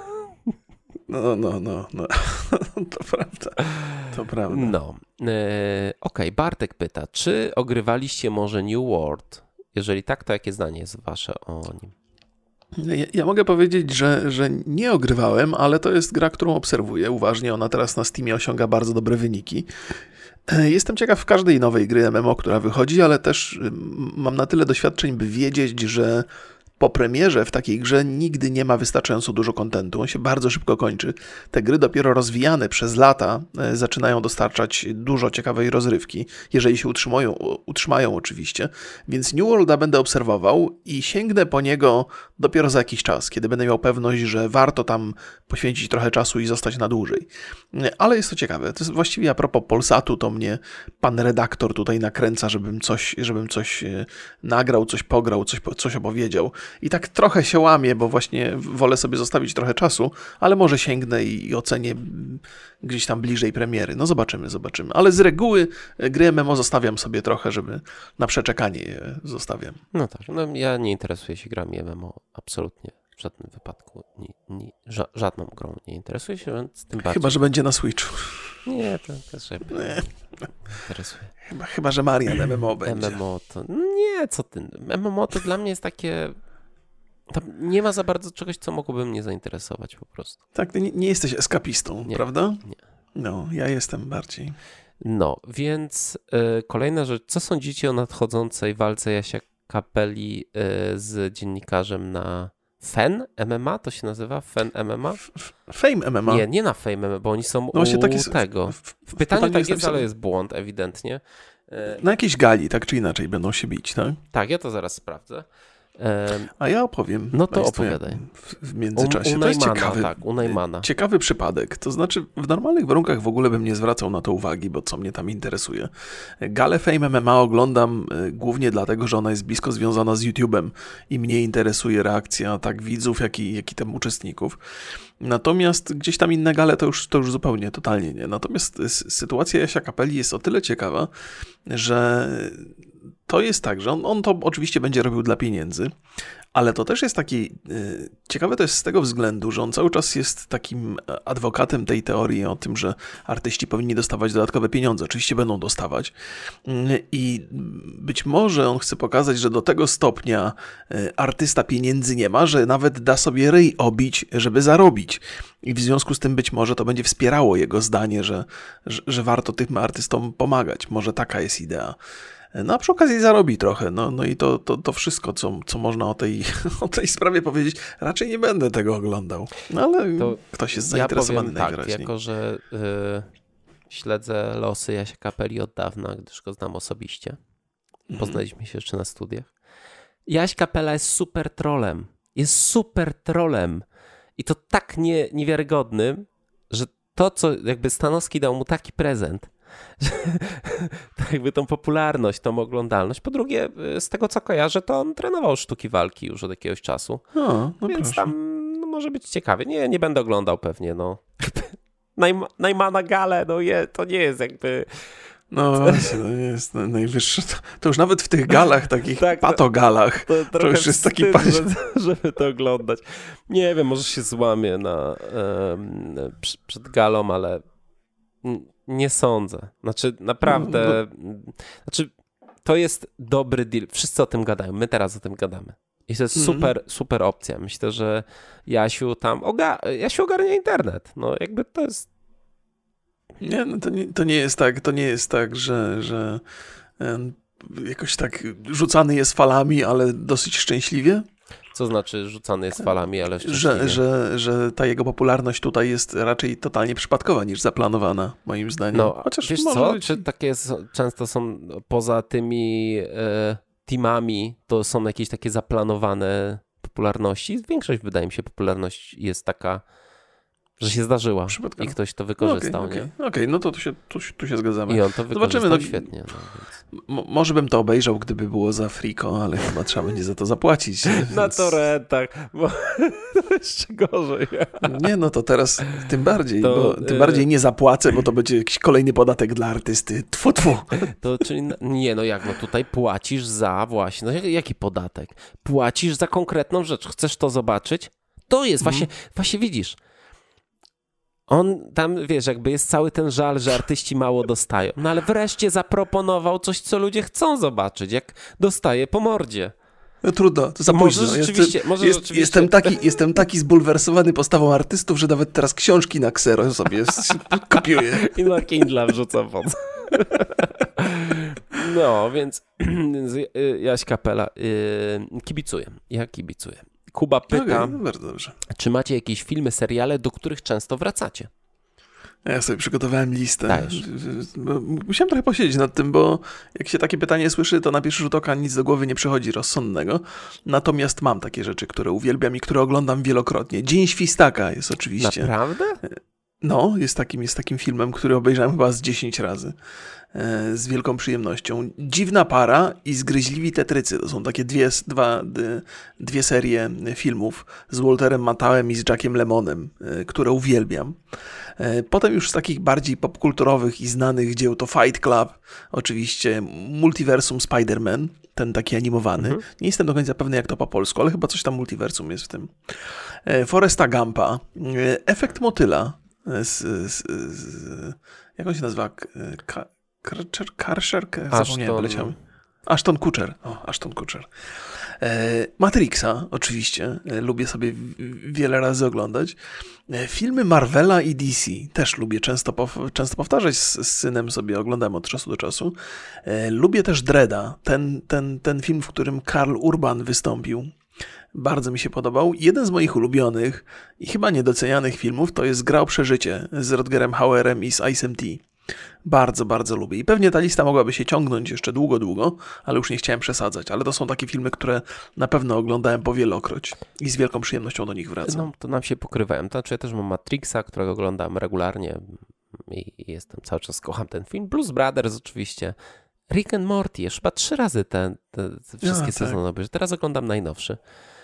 No, no, no, no. To prawda. To prawda. No. E, Okej, okay. Bartek pyta, czy ogrywaliście może New World? Jeżeli tak, to jakie zdanie jest wasze o nim? Ja, ja mogę powiedzieć, że, że nie ogrywałem, ale to jest gra, którą obserwuję uważnie. Ona teraz na Steamie osiąga bardzo dobre wyniki. Jestem ciekaw każdej nowej gry M M O, która wychodzi, ale też mam na tyle doświadczeń, by wiedzieć, że po premierze w takiej grze nigdy nie ma wystarczająco dużo kontentu. On się bardzo szybko kończy. Te gry dopiero rozwijane przez lata zaczynają dostarczać dużo ciekawej rozrywki, jeżeli się utrzymają, utrzymają oczywiście. Więc New Worlda będę obserwował i sięgnę po niego dopiero za jakiś czas, kiedy będę miał pewność, że warto tam poświęcić trochę czasu i zostać na dłużej. Ale jest to ciekawe. To jest właściwie a propos Polsatu, to mnie pan redaktor tutaj nakręca, żebym coś, żebym coś nagrał, coś pograł, coś, coś opowiedział. i tak trochę się łamię, bo właśnie wolę sobie zostawić trochę czasu, ale może sięgnę i, i ocenię gdzieś tam bliżej premiery. No zobaczymy, zobaczymy. Ale z reguły gry M M O zostawiam sobie trochę, żeby na przeczekanie je zostawiam. No tak, no ja nie interesuję się grami M M O, absolutnie. W żadnym wypadku, ni, ni, ża, żadną grą nie interesuje się, więc tym bardziej... Chyba, że będzie na Switchu. Nie, to też się nie interesuje. Chyba, chyba, że Marian M M O będzie. M M O to... Nie, co ty... M M O to dla mnie jest takie... Tam nie ma za bardzo czegoś, co mogłoby mnie zainteresować po prostu. Tak, ty nie, nie jesteś eskapistą, nie, prawda? Nie. No, ja jestem bardziej. No, więc y, kolejna rzecz. Co sądzicie o nadchodzącej walce Jasia Kapeli y, z dziennikarzem na Fen M M A? To się nazywa? Fen M M A? Fame M M A. Nie, nie na Fame M M A, bo oni są no u taki, tego. W, w, w pytaniu tak jest, jest ale jest błąd ewidentnie. Y, na jakiejś gali, tak czy inaczej, będą się bić, tak? Tak, ja to zaraz sprawdzę. A ja opowiem. No to opowiadaj. W, w międzyczasie. U, u to jest Najmana, ciekawy, tak, u Najmana. ciekawy przypadek. To znaczy w normalnych warunkach w ogóle bym nie zwracał na to uwagi, bo co mnie tam interesuje. Galę Fame M M A oglądam głównie dlatego, że ona jest blisko związana z YouTube'em i mnie interesuje reakcja tak widzów, jak i, jak i tam uczestników. Natomiast gdzieś tam inne gale to już, to już zupełnie, totalnie nie. Natomiast sytuacja Jasia Kapeli jest o tyle ciekawa, że to jest tak, że on, on to oczywiście będzie robił dla pieniędzy, ale to też jest taki, y, ciekawe to jest z tego względu, że on cały czas jest takim adwokatem tej teorii o tym, że artyści powinni dostawać dodatkowe pieniądze. Oczywiście będą dostawać y, i być może on chce pokazać, że do tego stopnia y, artysta pieniędzy nie ma, że nawet da sobie ryj obić, żeby zarobić. I w związku z tym być może to będzie wspierało jego zdanie, że, że, że warto tym artystom pomagać. Może taka jest idea. No a przy okazji zarobi trochę, no, no i to, to, to wszystko, co, co można o tej, o tej sprawie powiedzieć. Raczej nie będę tego oglądał, no ale to ktoś jest zainteresowany ja powiem najwyraźniej. Tak, jako że y, śledzę losy Jasia Kapeli od dawna, gdyż go znam osobiście. Poznaliśmy się jeszcze na studiach. Jaś Kapela jest super trolem. Jest super trolem. I to tak nie, niewiarygodnym, że to, co jakby Stanowski dał mu taki prezent, tak jakby tą popularność, tą oglądalność. Po drugie, z tego co kojarzę, to on trenował sztuki walki już od jakiegoś czasu. O, no więc proszę. tam no, może być ciekawie. Nie, nie będę oglądał pewnie, no. Najma, Najmana Gale, no je, to nie jest jakby... No właśnie, to nie jest najwyższe. To, to już nawet w tych galach, takich tak, patogalach, to, to, to już jest taki poziom. Żeby to oglądać. Nie wiem, może się złamię na, um, przed galą, ale... Nie sądzę. Znaczy, naprawdę... No, no. Znaczy, to jest dobry deal. Wszyscy o tym gadają. My teraz o tym gadamy. I to jest mm. super, super opcja. Myślę, że Jasiu tam... Oga- Jasiu ogarnia internet. No, jakby to jest... Nie, no to nie, to nie jest tak, to nie jest tak, że, że um, jakoś tak rzucany jest falami, ale dosyć szczęśliwie. Co znaczy rzucany jest falami, ale szczęśliwie? Że, że, że ta jego popularność tutaj jest raczej totalnie przypadkowa niż zaplanowana, moim zdaniem. No, chociaż wiesz może co? być... Czy takie są, często są poza tymi e, teamami, to są jakieś takie zaplanowane popularności? Większość, wydaje mi się, popularność jest taka, że się zdarzyła i ktoś to wykorzystał. Okej, okay, okay, okay. okay. No to tu się, tu, tu się zgadzamy. I on to wykorzystał Zobaczymy, no, świetnie. No, więc... m- może bym to obejrzał, gdyby było za friko, ale chyba trzeba będzie za to zapłacić. Na więc... torrentach, bo to jeszcze gorzej. Nie, no to teraz tym bardziej, to, bo tym bardziej nie zapłacę, bo to będzie jakiś kolejny podatek dla artysty. Tfu, tfu. To czyli, nie no jak, no tutaj płacisz za właśnie, no jaki podatek? Płacisz za konkretną rzecz. Chcesz to zobaczyć? To jest Mhm. właśnie, właśnie widzisz. On tam, wiesz, jakby jest cały ten żal, że artyści mało dostają. No ale wreszcie zaproponował coś, co ludzie chcą zobaczyć, jak dostaje po mordzie. No trudno, to za może późno. Rzeczywiście, jestem, może jest, rzeczywiście. Jestem taki, jestem taki zbulwersowany postawą artystów, że nawet teraz książki na ksero sobie kopiuję. I na Kindle wrzucam wodz. No, więc Jaś Kapela, yy, kibicuję. Ja kibicuję. Kuba pyta, Okay, no bardzo dobrze. Czy macie jakieś filmy, seriale, do których często wracacie? Ja sobie przygotowałem listę. Dajesz. Musiałem trochę posiedzieć nad tym, bo jak się takie pytanie słyszy, to na pierwszy rzut oka nic do głowy nie przychodzi rozsądnego. Natomiast mam takie rzeczy, które uwielbiam i które oglądam wielokrotnie. Dzień Świstaka jest oczywiście. Naprawdę? No, jest takim, jest takim filmem, który obejrzałem chyba z dziesięć razy. E, z wielką przyjemnością. Dziwna para i Zgryźliwi Tetrycy. To są takie dwie, dwa, dwie serie filmów z Walterem Matthauem i z Jackiem Lemmonem, e, które uwielbiam. E, potem już z takich bardziej popkulturowych i znanych dzieł to Fight Club, oczywiście Multiversum Spider-Man, ten taki animowany. Mhm. Nie jestem do końca pewny, jak to po polsku, ale chyba coś tam multiversum jest w tym. E, Foresta Gumpa, e, Efekt Motyla, z, z, z, jak on się nazywa? Karcher? Karcher? Zapomniałem, wyleciałem. Ashton Kutcher. O, Ashton Kutcher. E, Matrixa, oczywiście. E, lubię sobie w, wiele razy oglądać. E, filmy Marvela i D C też lubię często, pow- często powtarzać. Z, z synem sobie oglądam od czasu do czasu. E, lubię też Dreda. Ten, ten, ten film, w którym Karl Urban wystąpił. Bardzo mi się podobał. Jeden z moich ulubionych i chyba niedocenianych filmów to jest Gra o przeżycie z Rutgerem Hauerem i z Ice'em T. Bardzo, bardzo lubię. I pewnie ta lista mogłaby się ciągnąć jeszcze długo, długo, ale już nie chciałem przesadzać. Ale to są takie filmy, które na pewno oglądałem powielokroć i z wielką przyjemnością do nich wracam. No, to nam się pokrywają. To znaczy ja też mam Matrixa, którego oglądam regularnie i jestem cały czas, kocham ten film. Blues Brothers oczywiście. Rick and Morty, jeszcze chyba trzy razy te, te, te wszystkie ja, sezony obejrzę. Teraz oglądam najnowszy.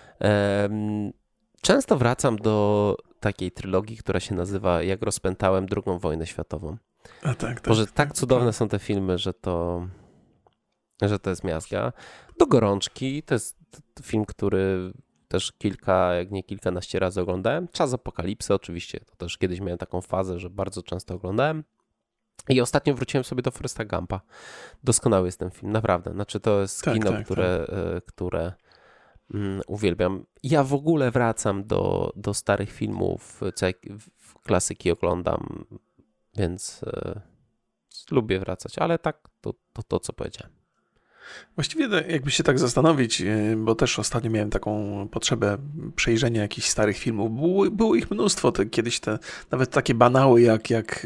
Często wracam do takiej trylogii, która się nazywa Jak rozpętałem drugą wojnę światową. A tak, tak, Boże, tak, tak cudowne tak. są te filmy, że to, że to jest miazga. Do Gorączki, to jest film, który też kilka, jak nie kilkanaście razy oglądałem. Czas Apokalipsy oczywiście, to też kiedyś miałem taką fazę, że bardzo często oglądałem. I ostatnio wróciłem sobie do Foresta Gumpa. Doskonały jest ten film, naprawdę. Znaczy to jest tak, kino, tak, które, tak. które um, uwielbiam. Ja w ogóle wracam do, do starych filmów, co jak w klasyki oglądam, więc e, lubię wracać, ale tak to, to, to co powiedziałem. Właściwie jakby się tak zastanowić, bo też ostatnio miałem taką potrzebę przejrzenia jakichś starych filmów. Było, było ich mnóstwo, te, kiedyś te nawet takie banały jak, jak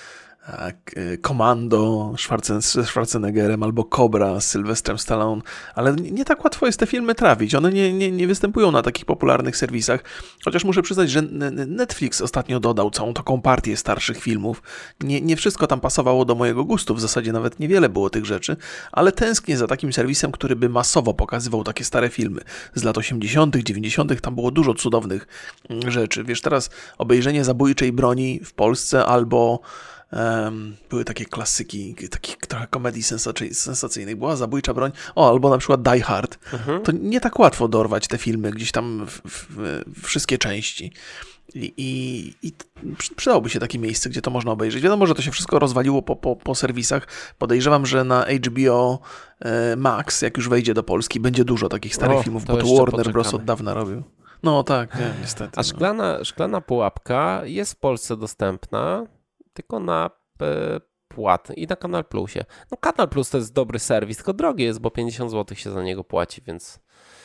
Komando ze Schwarzeneggerem albo Cobra z Sylwestrem Stallone, ale nie tak łatwo jest te filmy trafić. One nie, nie, nie występują na takich popularnych serwisach, chociaż muszę przyznać, że Netflix ostatnio dodał całą taką partię starszych filmów. Nie, nie wszystko tam pasowało do mojego gustu, w zasadzie nawet niewiele było tych rzeczy, ale tęsknię za takim serwisem, który by masowo pokazywał takie stare filmy z lat osiemdziesiątych, dziewięćdziesiątych. Tam było dużo cudownych rzeczy. Wiesz, teraz obejrzenie Zabójczej broni w Polsce albo Um, były takie klasyki, takich trochę komedii sensacyjnych. Była Zabójcza broń, o, albo na przykład Die Hard. Mhm. To nie tak łatwo dorwać te filmy, gdzieś tam w, w, w wszystkie części. I, i, I przydałoby się takie miejsce, gdzie to można obejrzeć. Wiadomo, że to się wszystko rozwaliło po, po, po serwisach. Podejrzewam, że na H B O e, Max, jak już wejdzie do Polski, będzie dużo takich starych o, filmów, bo to Warner poczekamy. Bros. Od dawna robił. No tak, nie, niestety. A szklana, no. szklana pułapka jest w Polsce dostępna, tylko na e, płat i na Kanal Plusie. No Kanal Plus to jest dobry serwis, tylko drogi jest, bo pięćdziesiąt złotych się za niego płaci, więc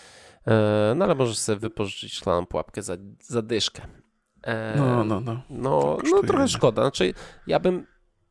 e, no ale możesz sobie wypożyczyć szklaną pułapkę za, za dyszkę. E, no, no, no. No, no trochę szkoda. Znaczy ja bym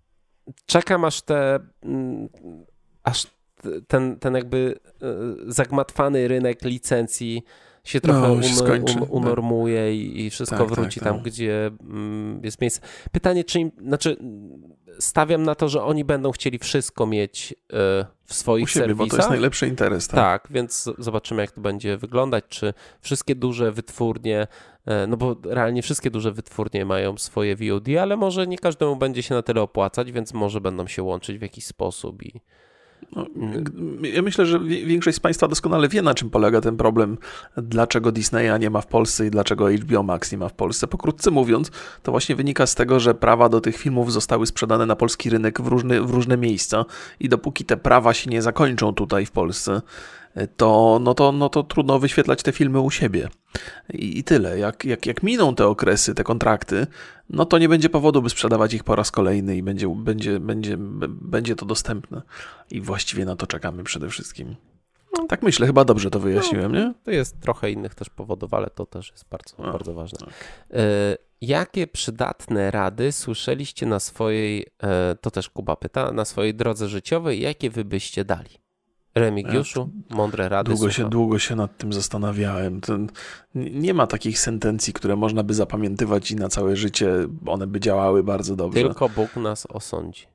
czekam aż te m, aż ten, ten jakby e, zagmatwany rynek licencji się trochę no, um, skończy, um, unormuje tak. i, i wszystko tak, wróci tak, tam, tak. gdzie mm, jest miejsce. Pytanie, czy im, znaczy stawiam na to, że oni będą chcieli wszystko mieć y, w swoich U siebie, serwisach. Bo to jest najlepszy interes. Tak? tak, więc zobaczymy, jak to będzie wyglądać, czy wszystkie duże wytwórnie, y, no bo realnie wszystkie duże wytwórnie mają swoje V O D, ale może nie każdemu będzie się na tyle opłacać, więc może będą się łączyć w jakiś sposób i No, ja myślę, że większość z Państwa doskonale wie, na czym polega ten problem, dlaczego Disneya nie ma w Polsce i dlaczego H B O Max nie ma w Polsce. Pokrótce mówiąc, to właśnie wynika z tego, że prawa do tych filmów zostały sprzedane na polski rynek w różne, w różne miejsca i dopóki te prawa się nie zakończą tutaj w Polsce, to, no to, no to trudno wyświetlać te filmy u siebie. I, i tyle. Jak, jak, jak miną te okresy, te kontrakty, no to nie będzie powodu, by sprzedawać ich po raz kolejny i będzie, będzie, będzie, będzie to dostępne. I właściwie na to czekamy przede wszystkim. No, tak myślę, chyba dobrze to wyjaśniłem, no, nie? To jest trochę innych też powodów, ale to też jest bardzo, no, bardzo ważne. Okay. Y- jakie przydatne rady słyszeliście na swojej, y- to też Kuba pyta, na swojej drodze życiowej, jakie wy byście dali? Remigiuszu, mądre rady. Długo się, długo się nad tym zastanawiałem. Ten, nie ma takich sentencji, które można by zapamiętywać i na całe życie one by działały bardzo dobrze. Tylko Bóg nas osądzi.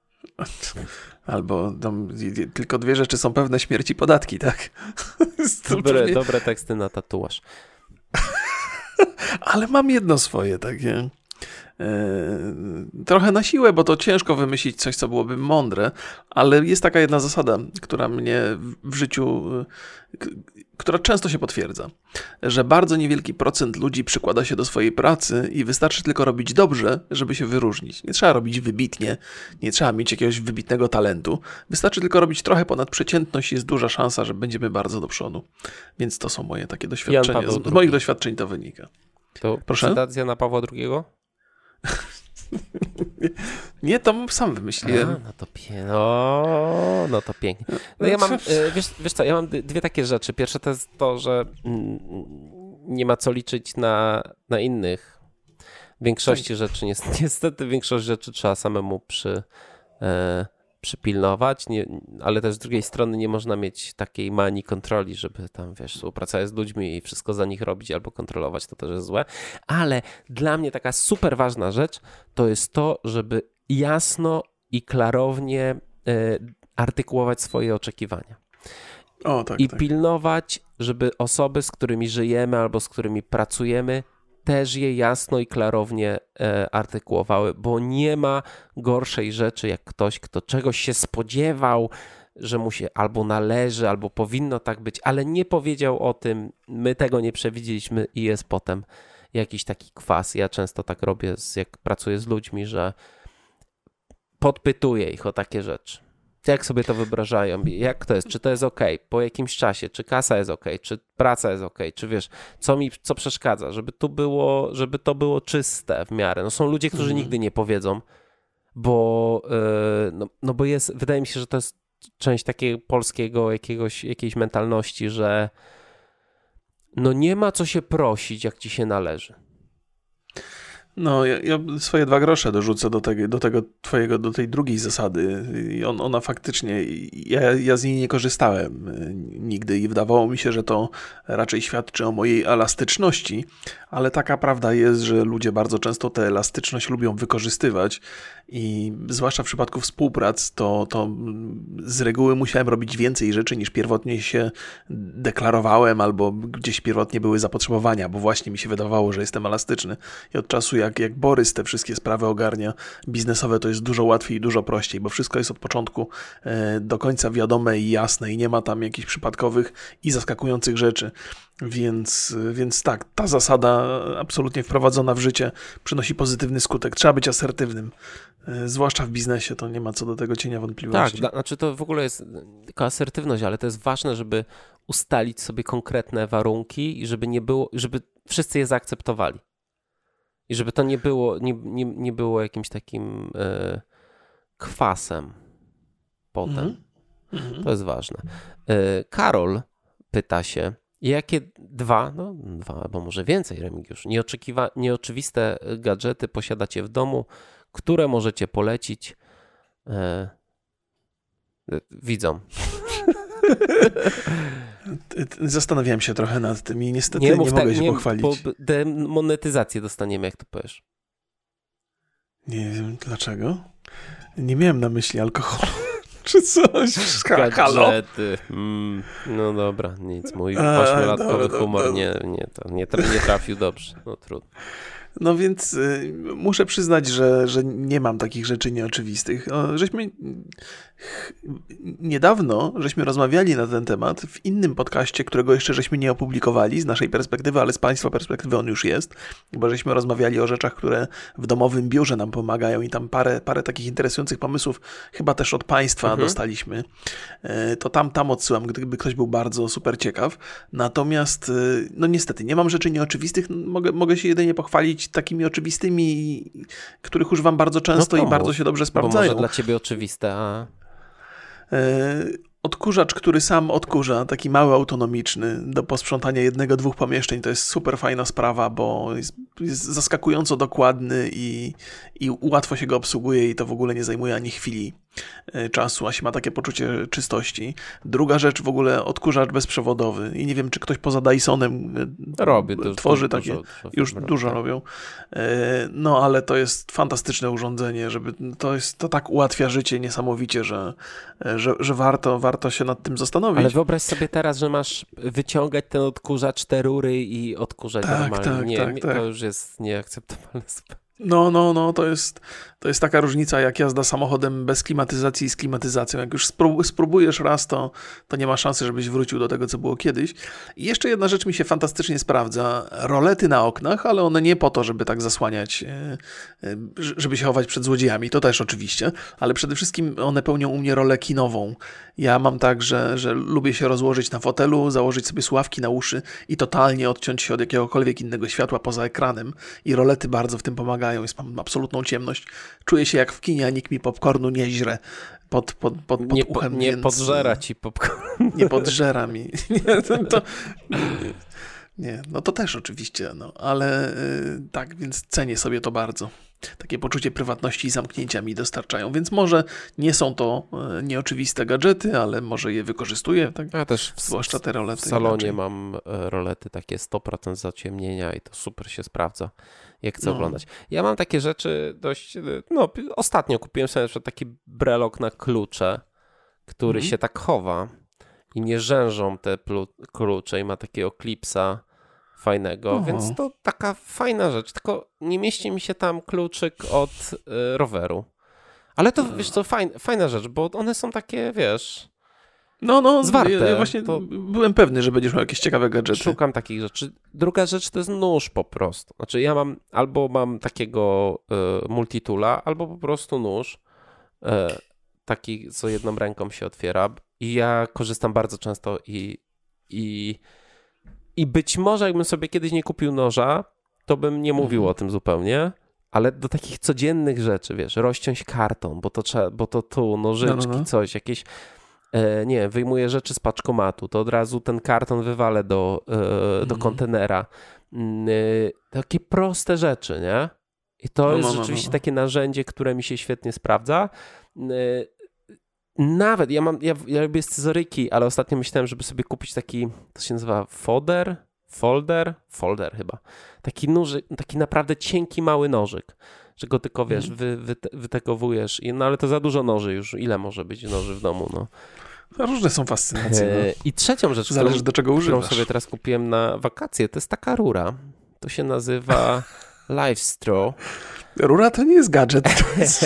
Albo tam, tylko dwie rzeczy są pewne: śmierć i podatki, tak? Dobre, mnie... dobre teksty na tatuaż. Ale mam jedno swoje takie. Trochę na siłę, bo to ciężko wymyślić coś, co byłoby mądre, ale jest taka jedna zasada, która mnie w życiu, która często się potwierdza, że bardzo niewielki procent ludzi przykłada się do swojej pracy i wystarczy tylko robić dobrze, żeby się wyróżnić. Nie trzeba robić wybitnie, nie trzeba mieć jakiegoś wybitnego talentu, wystarczy tylko robić trochę ponad przeciętność i jest duża szansa, że będziemy bardzo do przodu. Więc to są moje takie doświadczenia, z moich doświadczeń to wynika. To Proszę? Cytat Jana Pawła drugiego? Nie, to sam wymyśliłem. A, no to pie... no, no to pięknie. No ja mam, wiesz, wiesz co, ja mam dwie takie rzeczy. Pierwsze to jest to, że nie ma co liczyć na, na innych. Większości rzeczy, niestety większość rzeczy trzeba samemu przy, e, przypilnować, nie, ale też z drugiej strony nie można mieć takiej manii kontroli, żeby tam, wiesz, współpracować z ludźmi i wszystko za nich robić albo kontrolować, to też jest złe. Ale dla mnie taka super ważna rzecz to jest to, żeby jasno i klarownie e, artykułować swoje oczekiwania. O, tak, I tak. pilnować, żeby osoby, z którymi żyjemy albo z którymi pracujemy, też je jasno i klarownie e, artykułowały, bo nie ma gorszej rzeczy jak ktoś, kto czegoś się spodziewał, że mu się albo należy, albo powinno tak być, ale nie powiedział o tym, my tego nie przewidzieliśmy i jest potem jakiś taki kwas. Ja często tak robię, jak pracuję z ludźmi, że podpytuję ich o takie rzeczy. Jak sobie to wyobrażają? Jak to jest? Czy to jest ok? Po jakimś czasie? Czy kasa jest ok? Czy praca jest ok? Czy wiesz, co mi co przeszkadza? Żeby tu było, żeby to było czyste w miarę. No są ludzie, którzy mm. nigdy nie powiedzą, bo, yy, no, no bo jest, wydaje mi się, że to jest część takiego polskiego jakiegoś, jakiejś mentalności, że no nie ma co się prosić, jak ci się należy. No, ja, ja swoje dwa grosze dorzucę do tego, do tego twojego, do tej drugiej zasady. I on, ona faktycznie, ja, ja z niej nie korzystałem nigdy i wydawało mi się, że to raczej świadczy o mojej elastyczności, ale taka prawda jest, że ludzie bardzo często tę elastyczność lubią wykorzystywać i zwłaszcza w przypadku współprac, to, to z reguły musiałem robić więcej rzeczy niż pierwotnie się deklarowałem albo gdzieś pierwotnie były zapotrzebowania, bo właśnie mi się wydawało, że jestem elastyczny i od czasu jak, jak Borys te wszystkie sprawy ogarnia biznesowe, to jest dużo łatwiej i dużo prościej, bo wszystko jest od początku do końca wiadome i jasne i nie ma tam jakichś przypadkowych i zaskakujących rzeczy. Więc, więc tak, ta zasada absolutnie wprowadzona w życie przynosi pozytywny skutek. Trzeba być asertywnym, zwłaszcza w biznesie, to nie ma co do tego cienia wątpliwości. Tak, znaczy to w ogóle jest tylko asertywność, ale to jest ważne, żeby ustalić sobie konkretne warunki i żeby nie było, żeby wszyscy je zaakceptowali. I żeby to nie było, nie, nie, nie było jakimś takim e, kwasem potem. Mm-hmm. To jest ważne. E, Karol pyta się, jakie dwa, no dwa, albo może więcej, Remigiusz, nieoczekiwa- nieoczywiste gadżety posiadacie w domu, które możecie polecić e, widzom? Zastanawiałem się trochę nad tym i niestety nie, nie mogę tak, się nie, pochwalić. Bo demonetyzację dostaniemy, jak to powiesz. Nie wiem dlaczego. Nie miałem na myśli alkoholu. Czy coś? Gadżety. Mm, no dobra, nic. Mój ośmiolatkowy humor nie, nie, to, nie, nie trafił dobrze. No trudno. No więc y, muszę przyznać, że, że nie mam takich rzeczy nieoczywistych. O, żeśmy niedawno żeśmy rozmawiali na ten temat w innym podcaście, którego jeszcze żeśmy nie opublikowali z naszej perspektywy, ale z Państwa perspektywy on już jest, bo żeśmy rozmawiali o rzeczach, które w domowym biurze nam pomagają i tam parę, parę takich interesujących pomysłów chyba też od Państwa mhm. dostaliśmy. Y, to tam, tam odsyłam, gdyby ktoś był bardzo super ciekaw. Natomiast y, no niestety nie mam rzeczy nieoczywistych, mogę, mogę się jedynie pochwalić takimi oczywistymi, których używam bardzo często no i bardzo się dobrze sprawdzają. Bo może dla ciebie oczywiste, a... Odkurzacz, który sam odkurza, taki mały, autonomiczny, do posprzątania jednego, dwóch pomieszczeń, to jest super fajna sprawa, bo jest, jest zaskakująco dokładny i, i łatwo się go obsługuje i to w ogóle nie zajmuje ani chwili. czasu, a się ma takie poczucie czystości. Druga rzecz w ogóle odkurzacz bezprzewodowy i nie wiem, czy ktoś poza Dysonem Robi, tworzy dużo, takie, dużo, już dużo, dużo tak. robią. No ale to jest fantastyczne urządzenie, żeby to jest, to tak ułatwia życie niesamowicie, że, że, że warto, warto się nad tym zastanowić. Ale wyobraź sobie teraz, że masz wyciągać ten odkurzacz, te rury i odkurzać tak, normalnie. tak, nie, tak, nie, tak. To już jest nieakceptowalne. No, no, no, to jest, to jest taka różnica jak jazda samochodem bez klimatyzacji i z klimatyzacją. Jak już sprób- spróbujesz raz, to, to nie ma szansy, żebyś wrócił do tego, co było kiedyś. I jeszcze jedna rzecz mi się fantastycznie sprawdza. Rolety na oknach, ale one nie po to, żeby tak zasłaniać, żeby się chować przed złodziejami. To też oczywiście, ale przede wszystkim one pełnią u mnie rolę kinową. Ja mam tak, że, że lubię się rozłożyć na fotelu, założyć sobie słuchawki na uszy i totalnie odciąć się od jakiegokolwiek innego światła poza ekranem. I rolety bardzo w tym pomagają. Jest, mam absolutną ciemność. Czuję się jak w kinie, a nikt mi popcornu nie źre pod, pod, pod, pod nie uchem. Po, nie więc... podżera ci popcorn. Nie podżera mi. Nie, to, to, nie, no to też oczywiście, no, ale yy, tak, więc cenię sobie to bardzo. Takie poczucie prywatności i zamknięcia mi dostarczają, więc może nie są to yy, nieoczywiste gadżety, ale może je wykorzystuję, tak? Ja też w, zwłaszcza te rolety. w salonie inaczej. mam rolety takie sto procent zaciemnienia i to super się sprawdza, jak chcę No. oglądać. Ja mam takie rzeczy dość, no ostatnio kupiłem sobie na przykład taki brelok na klucze, który Mhm. się tak chowa i nie rzężą te plu- klucze i ma takiego klipsa fajnego, Oho. więc to taka fajna rzecz, tylko nie mieści mi się tam kluczyk od y, roweru. Ale to, wiesz co, fajn, fajna rzecz, bo one są takie, wiesz, No, no, zwarte, ja, ja właśnie to- byłem pewny, że będziesz miał jakieś ciekawe gadżety. szukam takich rzeczy. Druga rzecz to jest nóż po prostu. Znaczy ja mam, albo mam takiego y, multitoola, albo po prostu nóż, y, taki, co jedną ręką się otwiera i ja korzystam bardzo często i, i, i być może jakbym sobie kiedyś nie kupił noża, to bym nie mówił Mhm. o tym zupełnie, ale do takich codziennych rzeczy, wiesz, rozciąć karton, bo to trzeba, bo to tu, nożyczki, No, no, no. coś, jakieś E, nie, wyjmuję rzeczy z paczkomatu, to od razu ten karton wywalę do, e, do Mhm. kontenera. Mm, e, takie proste rzeczy, nie? I to No, jest no, no, rzeczywiście no. takie narzędzie, które mi się świetnie sprawdza. E, nawet, ja mam, ja, ja lubię scyzoryki, ale ostatnio myślałem, żeby sobie kupić taki, to się nazywa folder, folder, folder chyba. Taki nóżyk, taki naprawdę cienki, mały nożyk, że go tylko, wiesz, Mhm. wy, wy, wytegowujesz, I- no ale to za dużo noży już, ile może być noży w domu, no. Różne są fascynacje. E, No. I trzecią rzecz, Zależy którą, do czego którą używasz. sobie teraz kupiłem na wakacje, to jest taka rura. To się nazywa Life Straw. Rura to nie jest gadżet. To jest...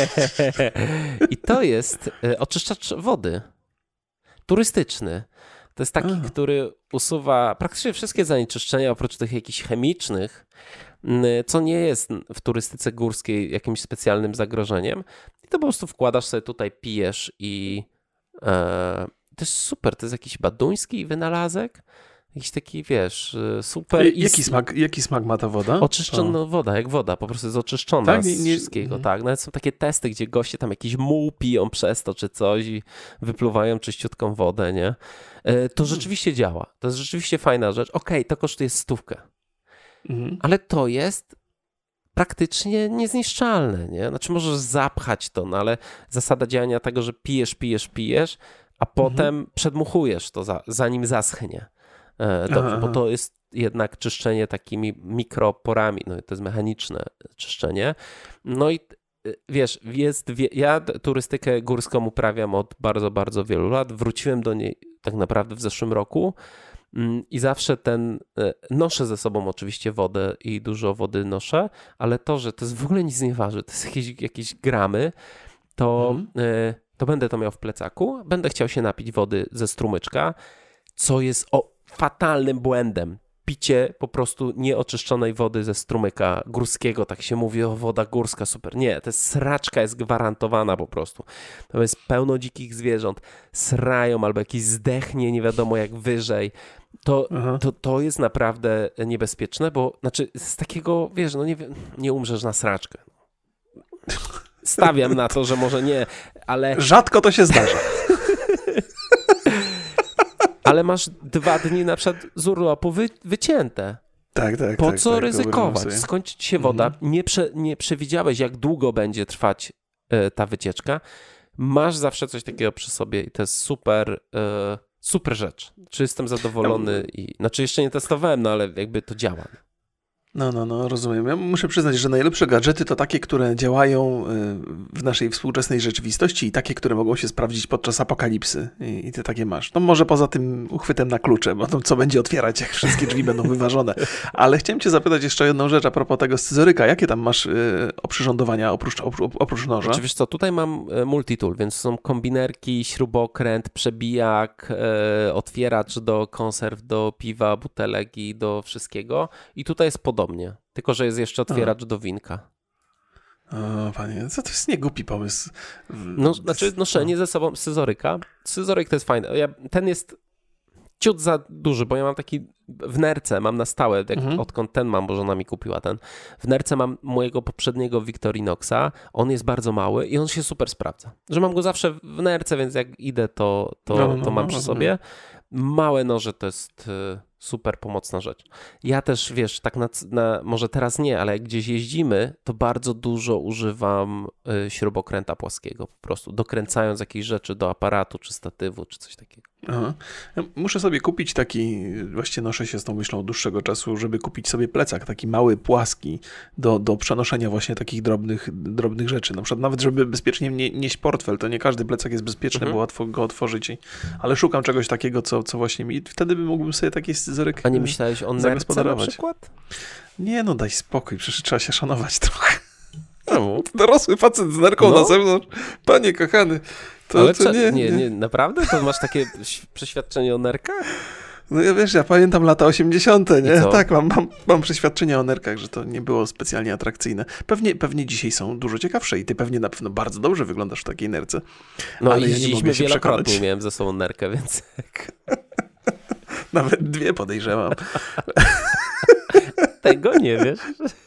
I to jest e, oczyszczacz wody. Turystyczny. To jest taki, A. który usuwa praktycznie wszystkie zanieczyszczenia, oprócz tych jakichś chemicznych, m, co nie jest w turystyce górskiej jakimś specjalnym zagrożeniem. I to po prostu wkładasz sobie tutaj, pijesz i e, to jest super. To jest jakiś baduński wynalazek. Jakiś taki, wiesz, e, super... I- Jaki smak, jaki smak ma ta woda? Oczyszczona O. woda, jak woda, po prostu jest oczyszczona Tak? z Nie- nie- wszystkiego, mhm. tak. Nawet są takie testy, gdzie goście tam jakiś muł piją przez to, czy coś i wypluwają czyściutką wodę, nie? E, To rzeczywiście działa, to jest rzeczywiście fajna rzecz. Okej, to kosztuje stówkę, Mhm. ale to jest praktycznie niezniszczalne, nie? Znaczy możesz zapchać to, no ale zasada działania tego, że pijesz, pijesz, pijesz, a potem przedmuchujesz to, za, zanim zaschnie. E, Dobrze, Aha, bo aha. to jest jednak czyszczenie takimi mikroporami, no i to jest mechaniczne czyszczenie. No i y, wiesz, jest, wie- ja t- turystykę górską uprawiam od bardzo, bardzo wielu lat. Wróciłem do niej tak naprawdę w zeszłym roku mm, i zawsze ten, y, noszę ze sobą oczywiście wodę i dużo wody noszę, ale to, że to jest w ogóle nic nie waży, to jest jakieś, jakieś gramy, to, Mhm. y, to będę to miał w plecaku, będę chciał się napić wody ze strumyczka, co jest o fatalnym błędem. Picie po prostu nieoczyszczonej wody ze strumyka górskiego, tak się mówi, o woda górska, super. Nie, to jest sraczka, jest gwarantowana po prostu. To jest pełno dzikich zwierząt, srają albo jakiś zdechnie nie wiadomo jak wyżej. To, Aha. to, to jest naprawdę niebezpieczne, bo znaczy z takiego, wiesz, no nie, wiem, nie umrzesz na sraczkę. Stawiam na to, że może nie, ale... Rzadko to się zdarza. Ale masz dwa dni na przykład z urlopu wy, wycięte. Tak, tak. Po tak, co tak, ryzykować? wyobrażam sobie. Skończyć się woda. Nie, prze, nie przewidziałeś, jak długo będzie trwać e, ta wycieczka. masz zawsze coś takiego przy sobie i to jest super, e, super rzecz. Czy jestem zadowolony i... Znaczy jeszcze nie testowałem, no ale jakby to działa. No, no, no, rozumiem. Ja muszę przyznać, że najlepsze gadżety to takie, które działają w naszej współczesnej rzeczywistości i takie, które mogą się sprawdzić podczas apokalipsy. I, i ty takie masz. No może poza tym uchwytem na klucze, bo to co będzie otwierać, jak wszystkie drzwi będą wyważone. Ale chciałem cię zapytać jeszcze o jedną rzecz a propos tego scyzoryka. Jakie tam masz y, oprzyrządowania oprócz, oprócz noża? Znaczy, wiesz co, tutaj mam multitool, więc są kombinerki, śrubokręt, przebijak, e, otwieracz do konserw, do piwa, butelek i do wszystkiego. I tutaj jest podobnie. Tylko, że jest jeszcze otwieracz A. do winka. O, panie, co to jest niegłupi pomysł. No, znaczy noszenie ze sobą scyzoryka. Scyzoryk to jest fajne. Ja, ten jest ciut za duży, bo ja mam taki w nerce, mam na stałe, jak, mhm. odkąd ten mam, bo żona mi kupiła ten. W nerce mam mojego poprzedniego Victorinoxa. On jest bardzo mały i on się super sprawdza. Że mam go zawsze w nerce, więc jak idę, to, to, no, no, to mam no, przy no, sobie. Małe noże to jest super pomocna rzecz. Ja też, wiesz, tak na, na, może teraz nie, ale jak gdzieś jeździmy, to bardzo dużo używam y, śrubokręta płaskiego po prostu, dokręcając jakieś rzeczy do aparatu, czy statywu, czy coś takiego. Aha. Ja muszę sobie kupić taki, właściwie noszę się z tą myślą od dłuższego czasu, żeby kupić sobie plecak, taki mały, płaski, do, do przenoszenia właśnie takich drobnych, drobnych rzeczy. Na przykład nawet, żeby bezpiecznie nie, nieść portfel, to nie każdy plecak jest bezpieczny, mhm. bo łatwo go otworzyć, ale szukam czegoś takiego, co, co właśnie mi, wtedy by mógłbym sobie taki scyzoryk A nie myślałeś o nerce na przykład? Nie, no daj spokój, przecież trzeba się szanować trochę. Czemu? Dorosły facet z nerką no. na zewnątrz. Panie kochany, to, Ale to nie, nie, nie. nie, naprawdę? To masz takie przeświadczenie o nerkach? No ja wiesz, ja pamiętam lata osiemdziesiąte, nie? Tak, mam, mam, mam przeświadczenie o nerkach, że to nie było specjalnie atrakcyjne. Pewnie, pewnie dzisiaj są dużo ciekawsze i ty pewnie na pewno bardzo dobrze wyglądasz w takiej nerce. No ale jeździliśmy ja wielokrotnie, miałem ze sobą nerkę, więc... Nawet dwie podejrzewam. Tego nie wiesz?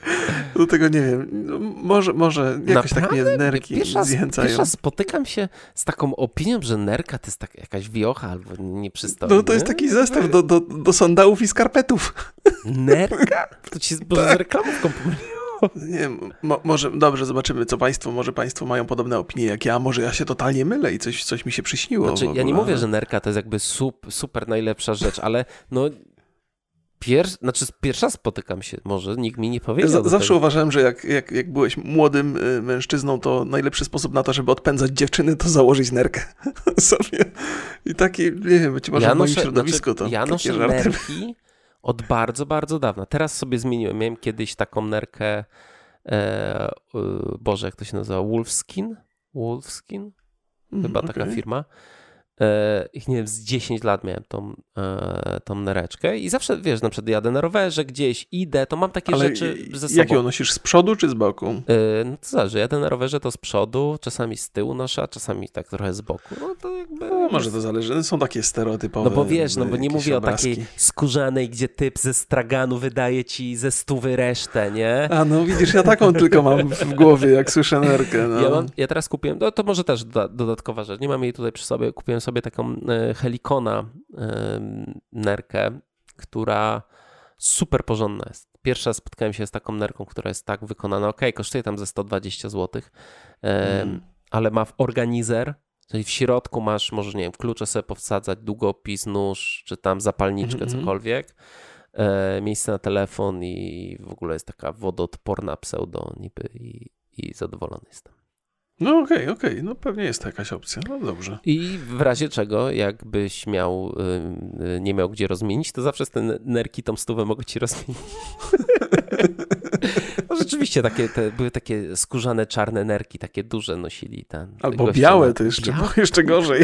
No tego nie wiem. No, może, może jakoś takie nerki pierwsza, zjęcają. Pierwsza spotykam się z taką opinią, że nerka to jest tak jakaś wiocha albo nieprzystojna. No to jest taki zestaw do, do, do sandałów i skarpetów. Nerka? To ci może tak. z reklamówką pomyliło. Nie wiem, mo, może, dobrze, zobaczymy co państwo, może państwo mają podobne opinie jak ja, może ja się totalnie mylę i coś, coś mi się przyśniło. Znaczy, ja nie mówię, że nerka to jest jakby super, super najlepsza rzecz, ale no... Pier... Znaczy pierwsza spotykam się, może nikt mi nie powiedział. Z- zawsze tego. uważałem, że jak, jak, jak byłeś młodym y, mężczyzną, to najlepszy sposób na to, żeby odpędzać dziewczyny, to założyć nerkę sobie. I taki, nie wiem, być może ja w moim noszę, środowisku to znaczy, Ja noszę żarty. nerki od bardzo, bardzo dawna. Teraz sobie zmieniłem. Miałem kiedyś taką nerkę, e, y, Boże, jak to się nazywa? Wolfskin? Wolfskin? Chyba mm, taka okay. firma. Ich nie wiem, z dziesięć lat miałem tą, tą nereczkę i zawsze, wiesz, na przykład jadę na rowerze gdzieś, idę, to mam takie Ale rzeczy ze sobą. Jak ją nosisz, z przodu czy z boku? No to zależy, jadę na rowerze to z przodu, czasami z tyłu noszę, a czasami tak trochę z boku. No to jakby... No, może to zależy, są takie stereotypowe. No bo wiesz, no bo nie mówię obrazki. o takiej skórzanej, gdzie typ ze straganu wydaje ci ze stówy resztę, nie? A no widzisz, ja taką tylko mam w głowie, jak słyszę nerkę. No. Ja, mam, ja teraz kupiłem, no to może też doda- dodatkowa rzecz, nie mam jej tutaj przy sobie, kupiłem sobie taką e, Helikona e, nerkę, która super porządna jest. Pierwsza spotkałem się z taką nerką, która jest tak wykonana, okej, okay, kosztuje tam ze sto dwadzieścia złotych, e, mm. ale ma organizer, czyli w środku masz, możesz, nie wiem, w klucze sobie powsadzać długopis, nóż, czy tam zapalniczkę, mm-hmm. cokolwiek, e, miejsce na telefon i w ogóle jest taka wodoodporna pseudo niby i, i zadowolony jestem. No okej, okay, okej, okay. No pewnie jest to jakaś opcja, no dobrze. I w razie czego, jakbyś miał, yy, nie miał gdzie rozmienić, to zawsze z te nerki tą stówę mogę ci rozmienić. No rzeczywiście takie, te, były takie skórzane czarne nerki, takie duże nosili. Ten, Albo białe to jeszcze, białe? jeszcze gorzej.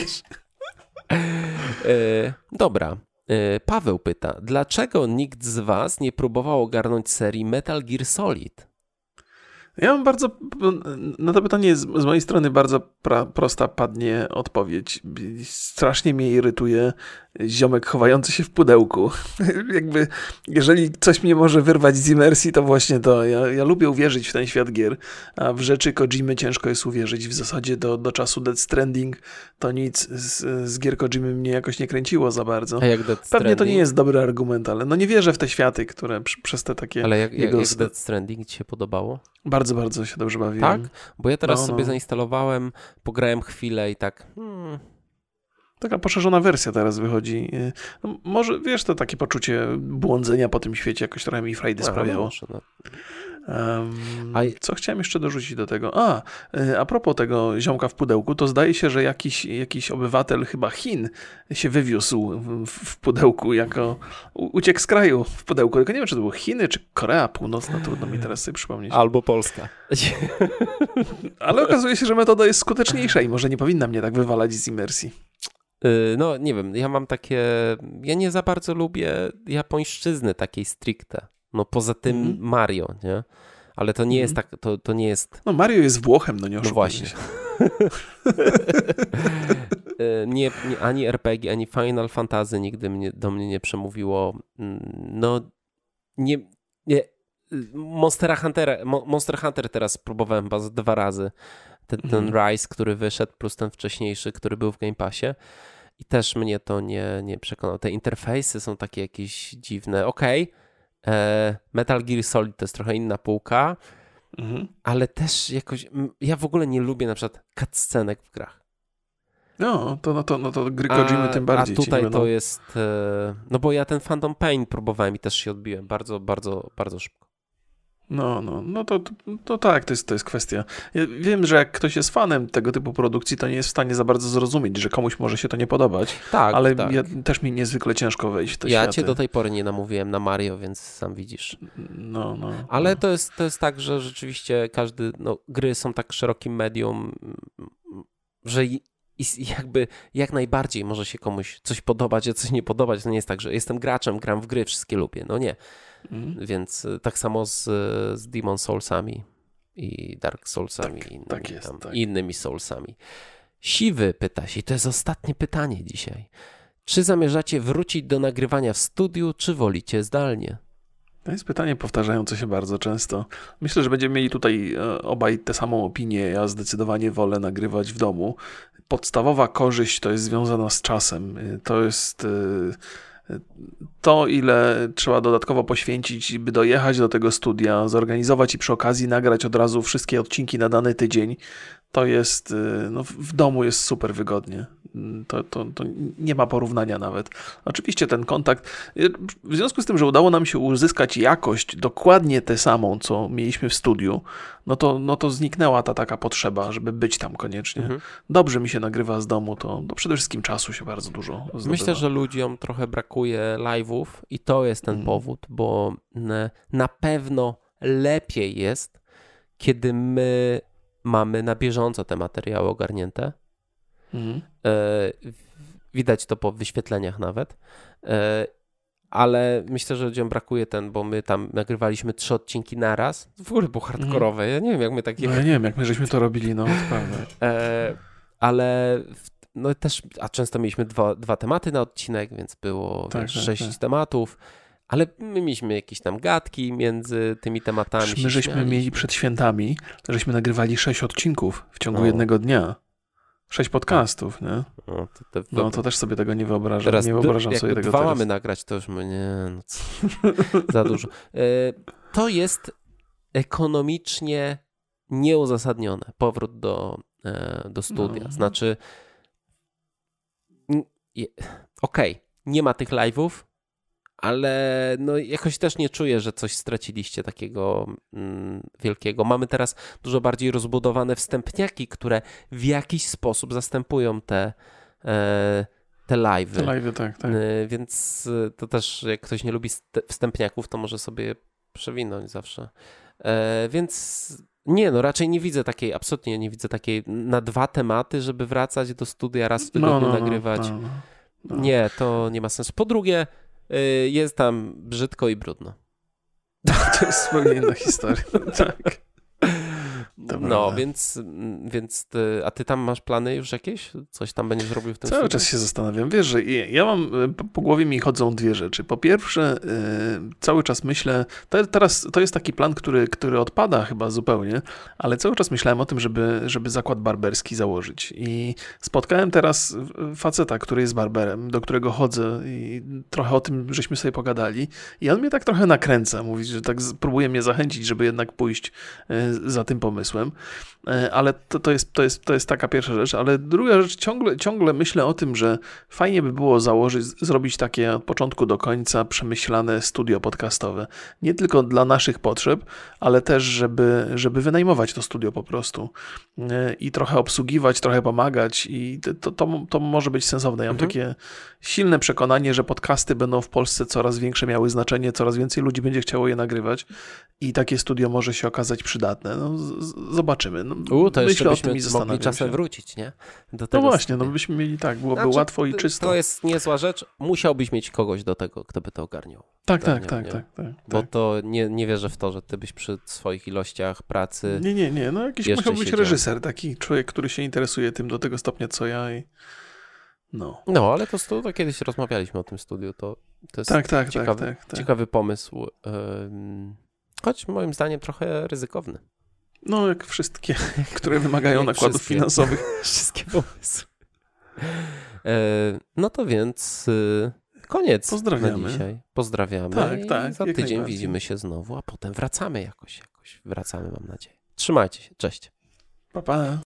yy, dobra. Yy, Paweł pyta, dlaczego nikt z was nie próbował ogarnąć serii Metal Gear Solid? Ja mam bardzo, na to pytanie z, z mojej strony bardzo pra, prosta padnie odpowiedź. Strasznie mnie irytuje ziomek chowający się w pudełku. Jakby, jeżeli coś mnie może wyrwać z imersji, to właśnie to. Ja, ja lubię uwierzyć w ten świat gier, a w rzeczy Kojimy ciężko jest uwierzyć. W zasadzie do, do czasu Death Stranding to nic z, z gier Kojimy mnie jakoś nie kręciło za bardzo. A jak Death Pewnie Stranding? to nie jest dobry argument, ale no nie wierzę w te światy, które przy, przez te takie... Ale jak, jak, jego... jak Death Stranding ci się podobało? Bardzo, bardzo się dobrze bawiłem. Tak? Bo ja teraz no, sobie no. zainstalowałem, pograłem chwilę i tak... Hmm. Taka poszerzona wersja teraz wychodzi. No, może, wiesz, to takie poczucie błądzenia po tym świecie jakoś trochę mi frajdy sprawiało. Może, no. Um, A... Co chciałem jeszcze dorzucić do tego? A, a propos tego ziomka w pudełku, to zdaje się, że jakiś, jakiś obywatel chyba Chin się wywiózł w, w pudełku jako uciekł z kraju w pudełku. Tylko nie wiem, czy to były Chiny, czy Korea Północna, trudno mi teraz sobie przypomnieć. Albo Polska. Ale okazuje się, że metoda jest skuteczniejsza i może nie powinna mnie tak wywalać z imersji. No nie wiem, ja mam takie, ja nie za bardzo lubię japońszczyzny takiej stricte, no poza tym mm. Mario, nie? Ale to nie mm. jest tak, to, to nie jest... No Mario jest Włochem, no nie oszukujmy No właśnie. się. nie, nie, ani er pe gie, ani Final Fantasy nigdy mnie, do mnie nie przemówiło, no nie, nie Monstera Huntera, Monster Hunter teraz próbowałem chyba dwa razy, ten, ten mm. Rise, który wyszedł, plus ten wcześniejszy, który był w Game Passie. I też mnie to nie, nie przekonało. Te interfejsy są takie jakieś dziwne. Okej, okay. Metal Gear Solid to jest trochę inna półka, mhm. ale też jakoś... Ja w ogóle nie lubię na przykład cutscenek w grach. No, to, no to, no to gry Kojimy tym bardziej. A tutaj to jest... No bo ja ten Phantom Pain próbowałem i też się odbiłem bardzo, bardzo, bardzo szybko. No, no, no to, to, to tak, to jest, to jest kwestia. Ja wiem, że jak ktoś jest fanem tego typu produkcji, to nie jest w stanie za bardzo zrozumieć, że komuś może się to nie podobać, tak, ale tak. Ja, też mi niezwykle ciężko wejść w te ja światy. Cię do tej pory nie namówiłem na Mario, więc sam widzisz. No, no. Ale no. to jest, to jest tak, że rzeczywiście każdy, no, gry są tak szerokim medium, że i, i jakby jak najbardziej może się komuś coś podobać, a coś nie podobać. To nie jest tak, że jestem graczem, gram w gry, wszystkie lubię. No nie. Mm. Więc tak samo z, z Demon Soulsami i Dark Soulsami tak, i innymi, tak jest, tam, tak. innymi Soulsami. Siwy pyta się, i to jest ostatnie pytanie dzisiaj. Czy zamierzacie wrócić do nagrywania w studiu, czy wolicie zdalnie? To jest pytanie powtarzające się bardzo często. Myślę, że będziemy mieli tutaj obaj tę samą opinię. Ja zdecydowanie wolę nagrywać w domu. Podstawowa korzyść to jest związana z czasem. To jest... To, ile trzeba dodatkowo poświęcić, by dojechać do tego studia, zorganizować i przy okazji nagrać od razu wszystkie odcinki na dany tydzień, to jest, no w domu jest super wygodnie. To, to, to nie ma porównania nawet. Oczywiście ten kontakt, w związku z tym, że udało nam się uzyskać jakość dokładnie tę samą, co mieliśmy w studiu, no to, no to zniknęła ta taka potrzeba, żeby być tam koniecznie. Mhm. Dobrze mi się nagrywa z domu, to, to przede wszystkim czasu się bardzo dużo zdobywa. Myślę, że ludziom trochę brakuje live'ów i to jest ten mhm. powód, bo na pewno lepiej jest, kiedy my mamy na bieżąco te materiały ogarnięte. Mhm. E, widać to po wyświetleniach nawet. E, ale myślę, że ludziom brakuje ten, bo my tam nagrywaliśmy trzy odcinki naraz. W ogóle było hardkorowe. Ja nie wiem, jak my takie... No ja nie wiem, jak my żeśmy to robili, no prawda. E, ale no też, a często mieliśmy dwa, dwa tematy na odcinek, więc było tak, wiesz, tak, sześć tak. tematów. Ale my mieliśmy jakieś tam gadki między tymi tematami. My żeśmy śmialiśmy. mieli przed świętami, żeśmy nagrywali sześć odcinków w ciągu no. jednego dnia. Sześć podcastów, nie? No to, to, no to też sobie tego nie wyobrażam. Teraz nie wyobrażam d- sobie tego dwa teraz. mamy nagrać, to już my nie, no co, za dużo. E, to jest ekonomicznie nieuzasadnione. Powrót do, e, do studia. No. Znaczy, okej, okay, nie ma tych live'ów, ale no jakoś też nie czuję, że coś straciliście takiego mm, wielkiego. Mamy teraz dużo bardziej rozbudowane wstępniaki, które w jakiś sposób zastępują te, e, te live'y. Te live'y, tak, tak. E, więc to też, jak ktoś nie lubi wstępniaków, to może sobie przewinąć zawsze. E, więc nie, no raczej nie widzę takiej, absolutnie nie widzę takiej na dwa tematy, żeby wracać do studia, raz w tygodniu no, no, nagrywać. No, no, no. Nie, to nie ma sensu. Po drugie, jest tam brzydko i brudno. To jest zupełnie inna historia. Tak. To no, prawda. więc, więc ty, a ty tam masz plany już jakieś? Coś tam będziesz robił w tym Cały studiu? czas się zastanawiam. Wiesz, że ja ja mam, po, po głowie mi chodzą dwie rzeczy. Po pierwsze, yy, cały czas myślę, te, teraz to jest taki plan, który, który odpada chyba zupełnie, ale cały czas myślałem o tym, żeby, żeby zakład barberski założyć. I spotkałem teraz faceta, który jest barberem, do którego chodzę i trochę o tym żeśmy sobie pogadali. I on mnie tak trochę nakręca, mówi, że tak z- próbuje mnie zachęcić, żeby jednak pójść yy, za tym pomysłem. Ale to, to, jest, to, jest, to jest taka pierwsza rzecz, ale druga rzecz, ciągle, ciągle myślę o tym, że fajnie by było założyć, zrobić takie od początku do końca przemyślane studio podcastowe. Nie tylko dla naszych potrzeb, ale też, żeby, żeby wynajmować to studio po prostu i trochę obsługiwać, trochę pomagać i to, to, to może być sensowne. Ja mam Mhm. takie silne przekonanie, że podcasty będą w Polsce coraz większe miały znaczenie, coraz więcej ludzi będzie chciało je nagrywać i takie studio może się okazać przydatne. No, z, z, zobaczymy. No, U, to jeszcze myślę o tym i byśmy zastanawiam mogli czasem się. wrócić, nie? Do No tego właśnie, no studia. byśmy mieli tak, byłoby Znaczy, łatwo i to- czysto. To jest niezła rzecz. Musiałbyś mieć kogoś do tego, kto by to ogarniał. tak, to tak, nie- tak, nie. tak, tak, Bo tak. to nie, nie wierzę w to, że ty byś przy swoich ilościach pracy... Nie, nie, nie, no jakiś Jeszcze musiał być siedział. reżyser, taki człowiek, który się interesuje tym do tego stopnia, co ja i no. No, ale to, to, to kiedyś rozmawialiśmy o tym studiu. To, to jest Tak, tak, ciekawy, tak, tak, tak. ciekawy pomysł. Ym, choć moim zdaniem trochę ryzykowny. No jak wszystkie, które wymagają Jak nakładów wszystkie. finansowych. Wszystkie pomysły. E, no to więc y, koniec Pozdrawiamy. na dzisiaj. Pozdrawiamy. Tak, i tak, za jak tydzień najbardziej. widzimy się znowu, a potem wracamy jakoś, jakoś. Wracamy, mam nadzieję. Trzymajcie się. Cześć. Pa, pa.